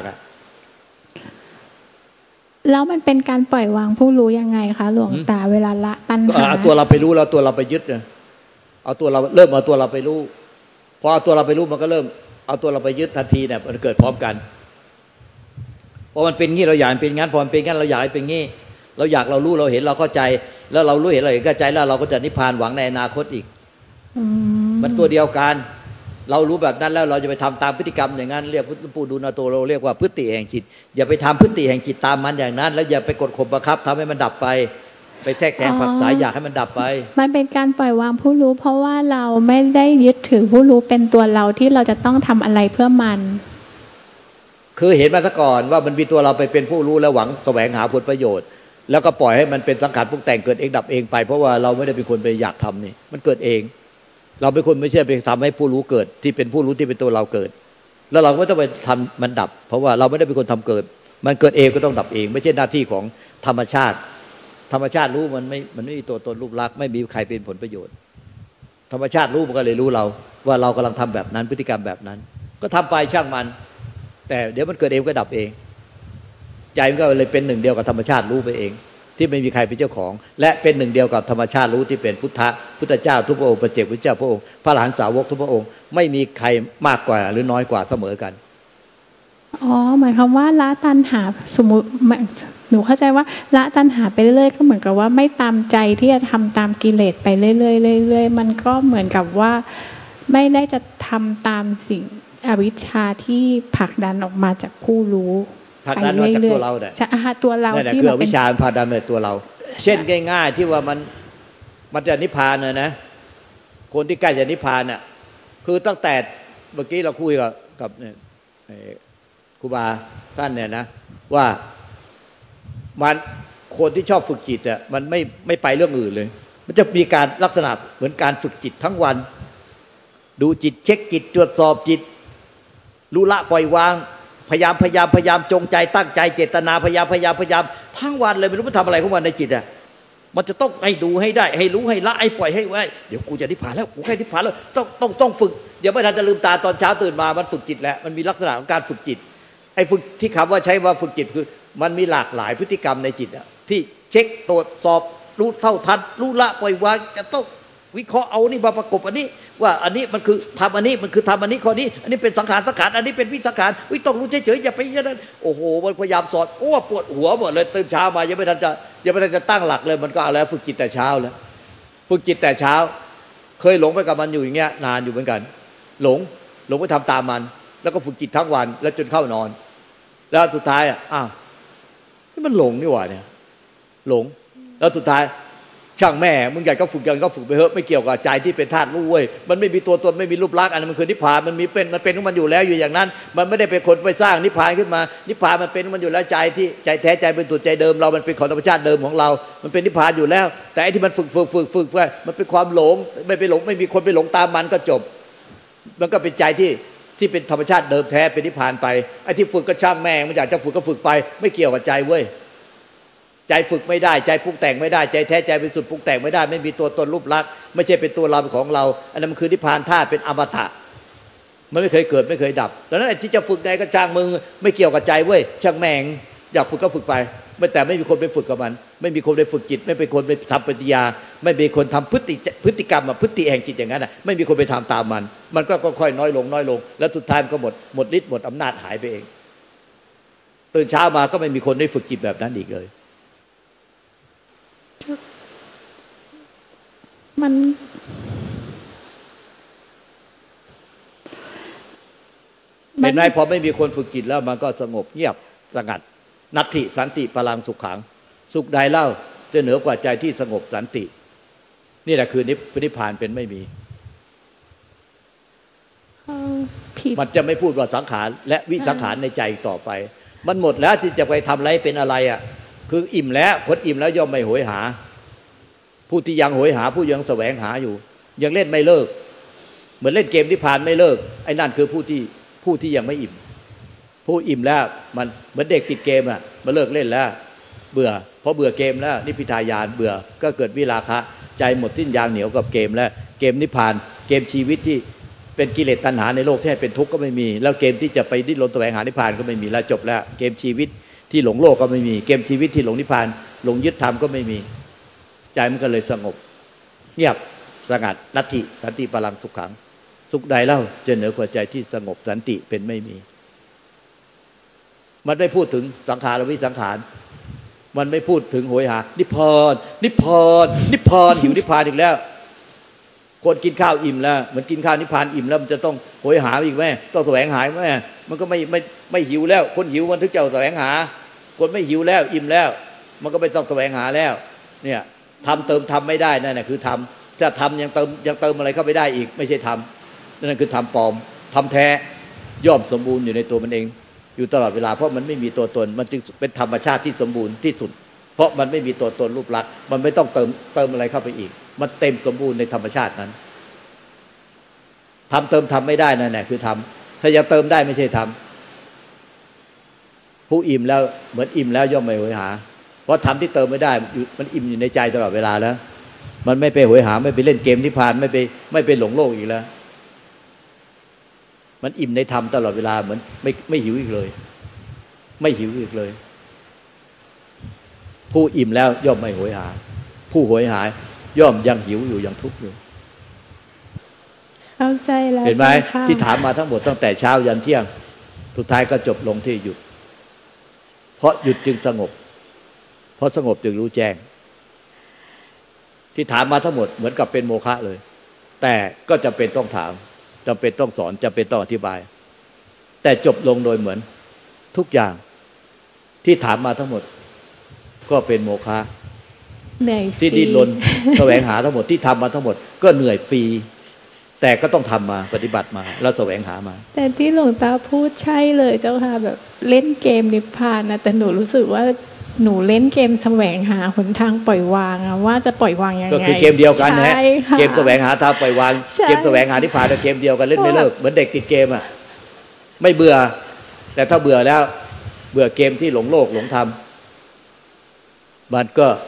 แล้วมันเป็นการปล่อยวางผู้รู้ยังไงคะหลวงตาเวลาละตัณหาเอาตัวเราไปรู้แล้วตัวเราไปยึดเนี่ยเอาตัวเราเริ่มเอาตัวเราไปรู้พอเอาตัวเราไปรู้มันก็เริ่มเอาตัวเราไปยึดทันทีเนี่ยมันเกิดพร้อมกันพอมันเป็นงี้เราอยากเป็นงั้นพอมันเป็นงั้นเราอยากให้เป็นงี้เราอยากเรารู้เราเห็นเราเข้าใจแล้วเรารู้เห็นเราเห็นเข้าใจแล้วเราก็จะนิพพานหวังในอนาคตอีกมันตัวเดียวกันเรารู้แบบนั้นแล้วเราจะไปทำตามพฤติกรรมอย่างนั้นเรียกผู้ดูนาโตเราเรียกว่าพฤติแห่งจิตอย่าไปทำพฤติแห่งจิตตามมันอย่างนั้นแล้วอย่าไปกดข่มบังคับทำให้มันดับไปแทรกแซงผักสายอยากให้มันดับไปมันเป็นการปล่อยวางผู้รู้เพราะว่าเราไม่ได้ยึดถือผู้รู้เป็นตัวเราที่เราจะต้องทำอะไรเพื่อมันคือเห็นมาซะก่อนว่ามันมีตัวเราไปเป็นผู้รู้แล้วหวังแสวงหาผลประโยชน์แล้วก็ปล่อยให้มันเป็นสังขารปรุงแต่งเกิดเองดับเองไปเพราะว่าเราไม่ได้เป็นคนไปอยากทำนี่มันเกิดเองเราเป็นคนไม่ใช่ไปทำให้ผู้รู้เกิดที่เป็นผู้รู้ที่เป็นตัวเราเกิดแล้วเราไม่ต้องไปทำมันดับเพราะว่าเราไม่ได้เป็นคนทำเกิดมันเกิดเองก็ต้องดับเองไม่ใช่หน้าที่ของธรรมชาติรู้มันไม่มีตัวตนรูปลักษณ์ไม่มีใครเป็นผลประโยชน์ธรรมชาติรู้มันก็เลยรู้เราว่าเรากำลังทำแบบนั้นพฤติกรรมแบบนั้นก็ทำไปช่างมันแต่เดี๋ยวมันเกิดเองก็ดับเองใจมันก็เลยเป็นหนึ่งเดียวกับธรรมชาติรู้ไปเองที่ไม่มีใครเป็นเจ้าของและเป็นหนึ่งเดียวกับธรรมชาติรู้ที่เป็นพุทธเจ้าทุกพระองค์ปัจเจกพุทธเจ้าพระองค์พระอรหันตสาวกทุกพระองค์ไม่มีใครมากกว่าหรือน้อยกว่าเสมอกันหมายความว่าละตัณหาสมมุติหนูเข้าใจว่าละตัณหาไปเรื่อยๆก็เหมือนกับว่าไม่ตามใจที่จะทำตามกิเลสไปเรื่อยๆเรื่อยๆมันก็เหมือนกับว่าไม่ได้จะทำตามสิ่งอวิชชาที่ผลักดันออกมาจากผู้รู้ผลักดันมาจากตัวเราเนี่ยตัวเราที่มันเป็นวิชาผลักดันมาจากตัวเราเช่นง่ายๆที่ว่ามันจะนิพพานนะคนที่ใกล้จะนิพพานน่ะคือตั้งแต่เมื่อกี้เราคุยกับครูบาท่านเนี่ยนะว่ามันคนที่ชอบฝึกจิตมันไม่ไปเรื่องอื่นเลยมันจะมีการลักษณะเหมือนการฝึกจิตทั้งวันดูจิตเช็คจิตตรวจสอบจิตรู้ละปล่อยวางพยายามจงใจตั้งใจเจตนาพยายามทั้งวันเลยไม่รู้มันทำอะไรของมันในจิตมันจะต้องให้ดูให้ได้ให้รู้ให้ละให้ปล่อยให้ไว้เดี๋ยวกูจะนิพพานแล้วกูใกล้นิพพานแล้วต้องฝึกเดี๋ยวไม่ทันจะลืมตาตอนเช้าตื่นมามันฝึกจิตแล้วมันมีลักษณะของการฝึกจิตไอ้ฝึกที่คำว่าใช้ว่าฝึกจิตคือมันมีหลากหลายพฤติกรรมในจิตอะที่เช็คตรวจสอบรู้เท่าทันรู้ละปล่อยวางจะต้องวิเคราะห์เอานี่มาประกบอันนี้ว่าอันนี้มันคือทำอันนี้มันคือทำอันนี้ข้อนี้อันนี้เป็นสังขารอันนี้เป็นวิสังขารต้องรู้เฉยๆอย่าไปอย่างนั้นโอ้โหมันพยายามสอนโอ้ปวดหัวหมดเลยตื่นเช้ามายังไม่ทันจะตั้งหลักเลยมันก็เอาแล้วฝึกจิตแต่เช้าแล้วฝึกจิตแต่เช้าเคยหลงไปกับมันอยู่อย่างเงี้ยนานอยู่เหมือนกันหลงไปทำตามมันแล้วก็ฝึกจิตทั้งวันแล้วจนเข้านอนแล้วสุดท้ายอ้าวนี่มันหลงนี่หว่าเนี่ยหลงแล้วสุดท้ายช่างแม่มึงอยากก็ฝึกยังก็ฝึกไปเถอะไม่เกี่ยวกับใจที่เป็นธาตุรู้เว้ยมันไม่มีตัวตนไม่มีรูปลักษณ์อันนั้นมันคือนิพพานมันเป็นของมันอยู่แล้วอยู่อย่างนั้นมันไม่ได้เป็นคนไปสร้างนิพพานขึ้นมานิพพานมันเป็นของมันอยู่แล้วใจที่ใจแท้ใจเป็นตัวใจเดิมเรามันเป็นของธรรมชาติเดิมของเรามันเป็นนิพพานอยู่แล้วแต่ไอ้ที่มันฝึกไปมันเป็นความหลงไม่ไปหลงไม่มีคนไปหลงตามมันก็จบมันก็เป็นใจที่เป็นธรรมชาติเดิมแท้เป็นนิพพานไปไอ้ที่ฝึกก็ช่างแม่มันอยากจะฝึกก็ฝึกไปไม่เกี่ยวกับใจเว้ยใจฝึกไม่ได้ใจปรุงแต่งไม่ได้ใจแท้ใจเป็นสุดปรุงแต่งไม่ได้ไม่มีตัวตนรูปลักษณ์ไม่ใช่เป็นตัวเราเป็นของเราอันนั้นมันคือนิพพานธาตุเป็นอมตะมันไม่เคยเกิดไม่เคยดับดังนั้นไอ้ที่จะฝึกไงก็ช่างมึงไม่เกี่ยวกับใจเว้ยช่างแม่งอยากฝึกก็ฝึกไปแต่ไม่มีคนไปฝึกกับมันไม่มีคนไปฝึกจิตไม่เป็นคนไปทำปฏิญาไม่มีคนทำพฤติกรรมพฤติแห่งจิตอย่างนั้นไม่มีคนไปทำตามมันก็ค่อยน้อยลงแล้วสุดท้ายมันก็หมดฤทธิ์หมดอำนาจหายไปเองตื่นเช้ามาก็ไม่มีคนได้ฝึกจิตแบบนั้นอีกเลยมันเห็นไหมพอไม่มีคนฝึกจิตแล้วมันก็สงบเงียบสงัดนัตถิสันติพลังสุขขังสุขใดเล่าจะเหนือกว่าใจที่สงบสันตินี่แหละคือนิพพานเป็นไม่มีมันจะไม่พูดว่าสังขารและวิสังขารในใจต่อไปมันหมดแล้วที่จะไปทำอะไรเป็นอะไรคืออิ่มแล้วคนอิ่มแล้วย่อมไม่โหยหาผู้ที่ยังโหยหาผู้ยังแสวงหาอยู่ยังเล่นไม่เลิกเหมือนเล่นเกมนิพพานไม่เลิกไอ้นั่นคือผู้ที่ยังไม่อิ่มผู้อิ่มแล้วมันเหมือนเด็กติดเกมมาเลิกเล่นแล้วเบื่อเพราะเบื่อเกมแล้วนิพพิทายานเบื่อก็เกิดวิราคะใจหมดสิ้นยางเหนียวกับเกมแล้วเกมนิพพานเกมชีวิตที่เป็นกิเลสตัณหาในโลกที่ให้เป็นทุกข์ก็ไม่มีแล้วเกมที่จะไปดิ้นรนแสวงหานิพพานก็ไม่มีแล้วจบแล้วเกมชีวิตที่หลงโลกก็ไม่มีเกมชีวิตที่หลงนิพพานหลงยึดธรรมก็ไม่มีใจมันก็เลยสงบเงียบสงัดนัตถิสันติพลังสุขขังสุขใดเล่าจะเหนือกว่าใจที่สงบสันติเป็นไม่มีมันไม่พูดถึงสังขารวิสังขารมันไม่พูดถึงโหยหานิพพานหิวนิพพานอีกแล้วคนกินข้าวอิ่มแล้วเหมือนกินข้าวนิพพานอิ่มแล้วมันจะต้องโหยหาอีกไหมต้องแสวงหาไหมมันก็ไม่หิวแล้วคนหิวมันถึงจะแสวงหาคนไม่หิวแล้วอิ่มแล้วมันก็ไม่ต้องแสวงหาแล้วเนี่ยทำเติมทำไม่ได้นั่นแหละคือทำถ้าทำยังเติมอะไรเข้าไปได้อีกไม่ใช่ทำนั่นคือทำปลอมทำแท้ย่อมสมบูรณ์อยู่ในตัวมันเองอยู่ตลอดเวลาเพราะมันไม่มีตัวตนมันจึงเป็นธรรมชาติที่สมบูรณ์ที่สุดเพราะมันไม่มีตัวตนรูปลักษณ์มันไม่ต้องเติมอะไรเข้าไปอีกมันเต็มสมบูรณ์ในธรรมชาตินั้นทำเติมทำไม่ได้นั่นแหละคือทำถ้ายังเติมได้ไม่ใช่ทำผู้อิ่มแล้วเหมือนอิ่มแล้วย่อมไม่โหยหาเพราะทำที่เติมไม่ได้มันอิ่มอยู่ในใจตลอดเวลาแล้วมันไม่ไปโหยหาไม่ไปเล่นเกมนิพพานไม่ไปหลงโลกอีกแล้วมันอิ่มในธรรมตลอดเวลาเหมือนไม่หิวอีกเลยไม่หิวอีกเลยผู้อิ่มแล้วย่อมไม่โหยหาผู้โหยหาย่อมยังหิวอยู่ยังทุกข์อยู่เข้าใจแล้วเห็นไหมที่ถามมาทั้งหมดตั้งแต่เช้ายันเที่ยงสุดท้ายก็จบลงที่หยุดเพราะหยุดจึงสงบเพราะสงบจึงรู้แจ้งที่ถามมาทั้งหมดเหมือนกับเป็นโมฆะเลยแต่ก็จำเป็นต้องถามจำเป็นต้องสอนจำเป็นต้องอธิบายแต่จบลงโดยเหมือนทุกอย่างที่ถามมาทั้งหมดก็เป็นโมฆะที่ดิ้นรนแสวงหาทั้งหมดที่ทำมาทั้งหมดก็เหนื่อยฟรีแต่ก็ต้องทำมาปฏิบัติมาแล้วแสวงหามาแต่ที่หลวงตาพูดใช่เลยเจ้าค่ะแบบเล่นเกมนิพพานนะแต่หนูรู้สึกว่าหนูเล่นเกมแสวงหาหนทางปล่อยวางว่าจะปล่อยวางยังไงก็คือเกมเดียวกันนะเกมแสวงหาทางปล่อยวางเกมแสวงหานิพพานเกมเดียวกันเล่นไม่เลิกเหมือนเด็กติดเกมไม่เบื่อแต่ถ้าเบื่อแล้วเบื่อเกมที่หลงโลกหลงธรรมมันก็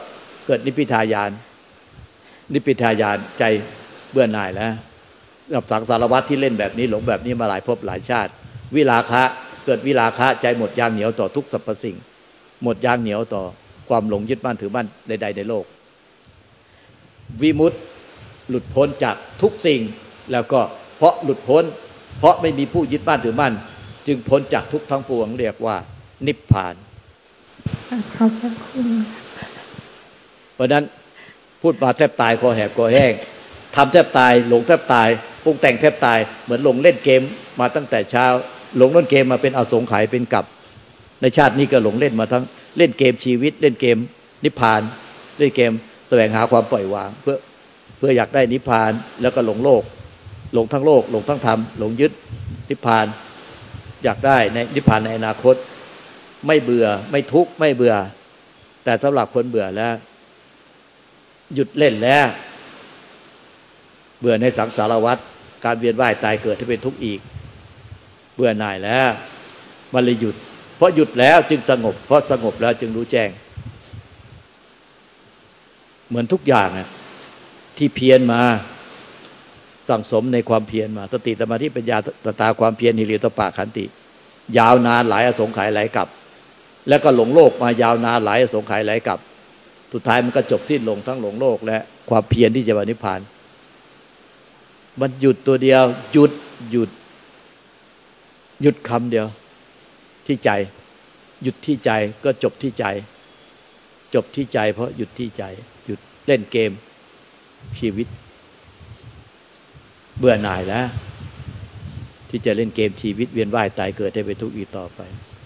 เกิดนิพพิทายานนิพพิทายานใจเบื่อหน่ายแล้วกับสังสารวัฏที่เล่นแบบนี้หลงแบบนี้มาหลายภพหลายชาติวิราคะเกิดวิราคะใจหมดยางเหนียวต่อทุกสรรพสิ่งหมดยางเหนียวต่อความหลงยึดมั่นถือมั่นใดๆในโลกวิมุตติหลุดพ้นจากทุกสิ่งแล้วก็เพราะหลุดพ้นเพราะไม่มีผู้ยึดมั่นถือมั่นจึงพ้นจากทุกทั้งปวงเรียกว่านิพพานขอบคุณเพราะนั้นพูดมาแทบตายคอแหบคอแห้งทำแทบตายหลงแทบตายปรุงแต่งแทบตายเหมือนหลงเล่นเกมมาตั้งแต่เช้าหลงเล่นเกมมาเป็นอสงไขยเป็นกลับในชาตินี้ก็หลงเล่นมาทั้งเล่นเกมชีวิตเล่นเกมนิพพานเล่นเกมแสวงหาความปล่อยวางเพื่ออยากได้นิพพานแล้วก็หลงโลกหลงทั้งโลกหลงทั้งธรรมหลงยึดนิพพานอยากได้ในนิพพานในอนาคตไม่เบื่อไม่ทุกข์ไม่เบื่อแต่สำหรับคนเบื่อแล้วหยุดเล่นแล้วเบื่อในสังสารวัฏการเวียนว่ายตายเกิดที่เป็นทุกข์อีกเบื่อหน่ายแล้วมันเลยหยุดเพราะหยุดแล้วจึงสงบเพราะสงบแล้วจึงรู้แจ้งเหมือนทุกอย่างที่เพียรมาสั่งสมในความเพียรมาสติสมาธิปัญญาตาความเพียรหิริโอตปะขันติยาวนานหลายอสงไขยหลายกับแล้วก็หลงโลกมายาวนานหลายอสงไขยหลายกับสุดท้ายมันก็จบสิ้นลงทั้งหลงโลกและความเพียรที่จะบรรลุนิพพานมันหยุดตัวเดียวหยุดคำเดียวที่ใจหยุดที่ใจก็จบที่ใจจบที่ใจเพราะหยุดที่ใจหยุดเล่นเกมชีวิตเบื่อหน่ายแล้วที่จะเล่นเกมชีวิตเวียนว่ายตายเกิดให้เป็นทุกข์อีกต่อไป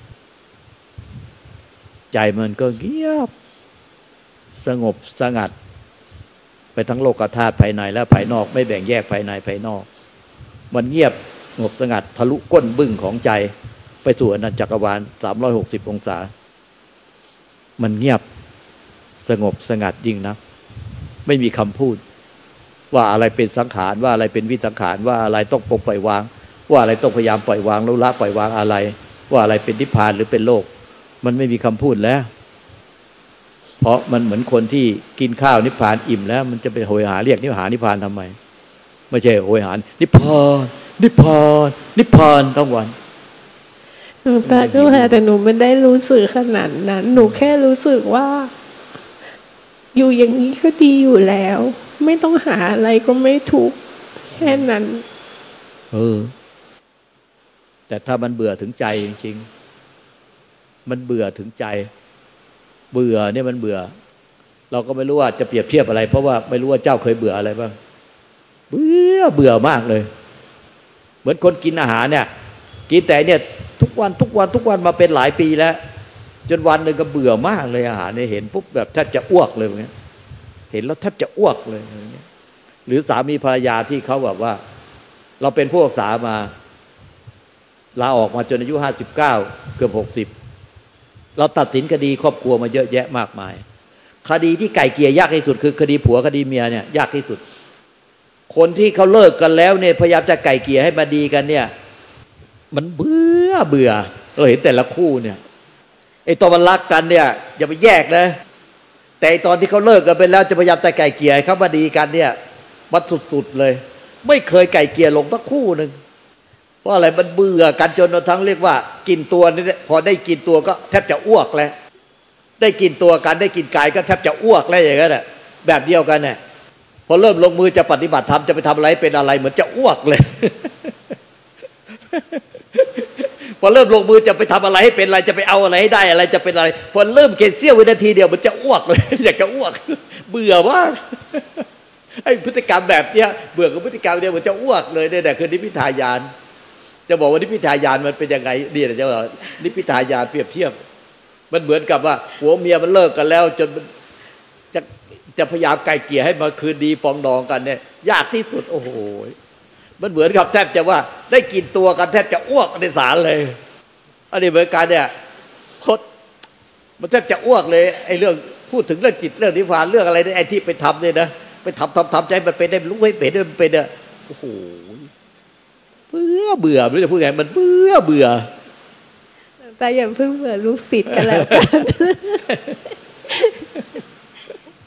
ใจมันก็เงียบสงบสงัดไปทั้งโลกธาตุภายในและภายนอกไม่แบ่งแยกภายในภายนอกมันเงียบสงบสงัดทะลุก้นบึ้งของใจไปสู่อนันตจักรวาล360องศามันเงียบสงบสงัดยิ่งนักไม่มีคำพูดว่าอะไรเป็นสังขารว่าอะไรเป็นวิสังขารว่าอะไรต้องปล่อยวางว่าอะไรต้องพยายามปล่อยวางแล้วละปล่อยวางอะไรว่าอะไรเป็นนิพพานหรือเป็นโลกมันไม่มีคำพูดแล้วเพราะมันเหมือนคนที่กินข้าวนิพพานอิ่มแล้วมันจะไปโหยหาเรียกนิพพานนิพพานทำไมไม่ใช่โหยหานิพพานนิพพานนิพพานทั้งวันหนูตาเจ้าค่ะแต่หนูไม่ได้รู้สึกขนาดนั้นหนูแค่รู้สึกว่าอยู่อย่างนี้ก็ดีอยู่แล้วไม่ต้องหาอะไรก็ไม่ทุกข์แค่นั้นแต่ถ้ามันเบื่อถึงใจจริงๆมันเบื่อถึงใจเบื่อเนี่ยมันเบื่อเราก็ไม่รู้ว่าจะเปรียบเทียบอะไรเพราะว่าไม่รู้ว่าเจ้าเคยเบื่ออะไรบ้างเบื่อมากเลยเหมือนคนกินอาหารเนี่ยกินแต่เนี่ยทุกวันมาเป็นหลายปีแล้วจนวันหนึ่งก็เบื่อมากเลยอาหารเนี่ยเห็นปุ๊บแบบแทบจะอ้วกเลยอย่างเงี้ยเห็นแล้วแทบจะอ้วกเลยอย่างเงี้ยหรือสามีภรรยาที่เขาแบบว่าเราเป็นผู้รักษามาลาออกมาจนอายุ59เกือบ60เราตัดสินคดีครอบครัวมาเยอะแยะมากมายคดีที่ไก่เกลี่ยยากที่สุดคือคดีผัวคดีเมียเนี่ยยากที่สุดคนที่เขาเลิกกันแล้วเนี่ยพยายามจะไก่เกลี่ยให้มาดีกันเนี่ยมันเบื่อเราเห็นแต่ละคู่เนี่ยไอ้ตอนมันรักกันเนี่ยอย่าไปแยกนะแต่ตอนที่เขาเลิกกันไปแล้วจะพยายามแต่ไก่เกลี่ยให้เขามาดีกันเนี่ยมันสุดๆเลยไม่เคยไก่เกลี่ยลงสักคู่นึงเพราะอะไรมันเบื่อกันจนทั้งเรียกว่ากินตัวนี่พอได้กินตัวก็แทบจะอ้วกแล้วได้กินตัวกันได้กินกายก็แทบจะอ้วกแล้วอย่างนั้นแหละแบบเดียวกันเนี่ยพอเริ่มลงมือจะปฏิบัติธรรมจะไปทำอะไรเป็นอะไรเหมือนจะอ้วกเลย พอเริ่มลงมือจะไปทำอะไรให้เป็นอะไรจะไปเอาอะไรให้ได้อะไรจะเป็นอะไรพอเริ่มเกณฑ์เสี้ยววินาทีเดียวมันจะอ้วกเลย อยากจะอ้วกเบื่อมากไอ้พฤติกรรมแบบเนี้ยเบื่อกับพฤติกรรมเดียวมันจะอ้วกเลยเนี่ยคือนิพพิทายานจะบอกว่านิพพิทายานมันเป็นยังไงนี่จะบอกนิพพิทายานเปรียบเทียบมันเหมือนกับว่าผัวเมียมันเลิกกันแล้วจนจะพยายามไกลเกลี่ยให้มาคืนดีปองดองกันเนี่ยยากที่สุดโอ้โหมันเหมือนกับแทบจะว่าได้กินตัวกันแทบจะอ้วกในศาลเลยอันนี้เหมือนกันเนี่ยมันแทบจะอ้วกเลยไอ้เรื่องพูดถึงเรื่องจิตเรื่องนิพพานเรื่องอะไรไอ้ที่ไปทำเนี่ยนะไปทำใจมันเป็นได้รู้ให้เป็นมันเป็นเนี่ยโอ้โหเบื่อไม่รู้จะพูดไงมันเบื่อแต่อย่าเพิ่งเบื่อลูกศิษย์กันแล้วกัน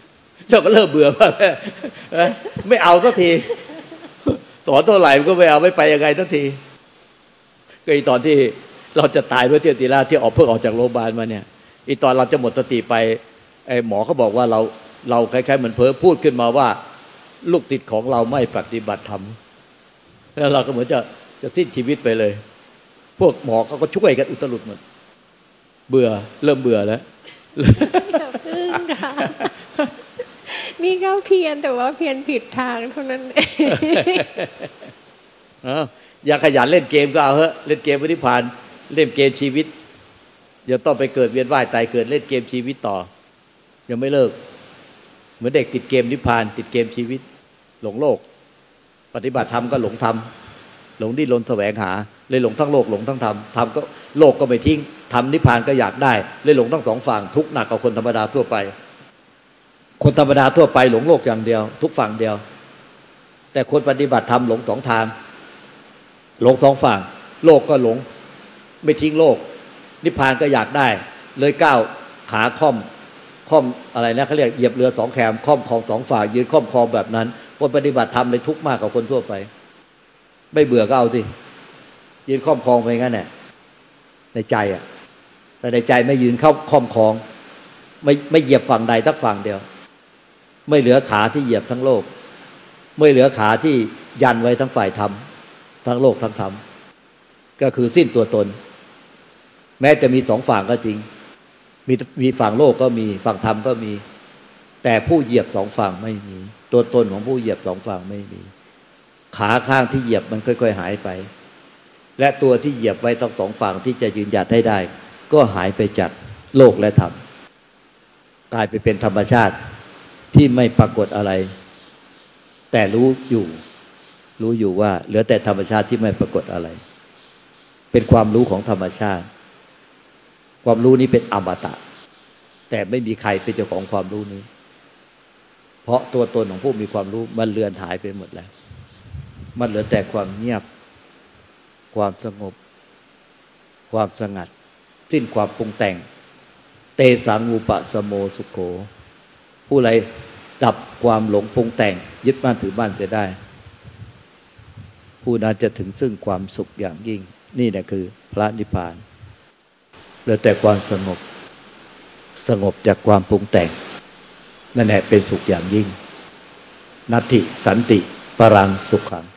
เราก็เริ่มเบื่อว่าไม่เอาสักทีสอนเท่าไหร่ก็ไม่เอาไม่ไปยังไงสักทีก็อีตอนที่เราจะตายด้วยเที่ยวตีราที่เพิ่งออกจากโรงพยาบาลมาเนี่ยอีตอนเราจะหมดสติไปไอ้หมอเขาบอกว่าเราคล้ายๆเหมือนเพ้อพูดขึ้นมาว่าลูกติดของเราไม่ปฏิบัติธรรมแล้วเราก็เหมือนจะสิ้นชีวิตไปเลยพวกหมอเขาก็ช่วยกันอุตลุดหมดเบื่อเริ่มเบื่อแล้วอย่าพึ่งค่ะนี่ก็เพียรแต่ว่าเพียรผิดทางเท่านั้นเองอยากขยันเล่นเกมก็เอาเถอะเล่นเกมนิพพานเล่นเกมชีวิตอย่าต้องไปเกิดเวียนว่ายตายเกิดเล่นเกมชีวิตต่อยังไม่เลิกเหมือนเด็กติดเกมนิพพานติดเกมชีวิตหลงโลกปฏิบัติธรรมก็หลงธรรมหลงดิ้นรนแสวงหาเลยหลงทั้งโลกหลงทั้งธรรมธรรมก็โลกก็ไม่ทิ้งธรรมนิพพานก็อยากได้เลยหลงทั้งสองฝั่งทุกข์หนักกว่าคนธรรมดาทั่วไปคนธรรมดาทั่วไปหลงโลกอย่างเดียวทุกฝั่งเดียวแต่คนปฏิบัติธรรมหลงสองทางหลงสองฝั่งโลกก็หลงไม่ทิ้งโลกนิพพานก็อยากได้เลยก้าวขาค่อมอะไรนะเขาเรียกเหยียบเรือสองแคมค่อมคลองสองฝั่งยืนค่อมคลองแบบนั้นคนปฏิบัติธรรมเลยทุกข์มากกว่าคนทั่วไปไม่เบื่อก็เอาสิยืนค่อมคลองไปงั้นแหละในใจอ่ะแต่ในใจไม่ยืนเข้าค่อมคลองไม่เหยียบฝั่งใดทักฝั่งเดียวไม่เหลือขาที่เหยียบทั้งโลกไม่เหลือขาที่ยันไว้ทั้งฝ่ายธรรมทั้งโลกทั้งธรรมก็คือสิ้นตัวตนแม้จะมีสองฝั่งก็จริงมีฝั่งโลกก็มีฝั่งธรรมก็มีแต่ผู้เหยียบสองฝั่งไม่มีตัวตนของผู้เหยียบสองฝั่งไม่มีขาข้างที่เหยียบมันค่อยๆหายไปและตัวที่เหยียบไว้ทั้งสองฝั่งที่จะยืนหยัดให้ได้ก็หายไปจากโลกและธรรมกลายไปเป็นธรรมชาติที่ไม่ปรากฏอะไรแต่รู้อยู่ว่าเหลือแต่ธรรมชาติที่ไม่ปรากฏอะไรเป็นความรู้ของธรรมชาติความรู้นี้เป็นอมตะแต่ไม่มีใครเป็นเจ้าของความรู้นี้เพราะตัวตนของผู้มีความรู้มันเลือนหายไปหมดแล้วมันเหลือแต่ความเงียบความสงบความสงัดสิ้นความปรุงแต่งเตสังอุปสโมสุโขผู้ใดดับความหลงปรุงแต่งยึดมั่นถือมั่นจะได้ผู้นั้นจะถึงซึ่งความสุขอย่างยิ่งนี่แหละคือพระนิพพานเหลือแต่ความสงบจากความปรุงแต่งนั่นแหละเป็นสุขอย่างยิ่งนัตถิสันติปรังสุขัง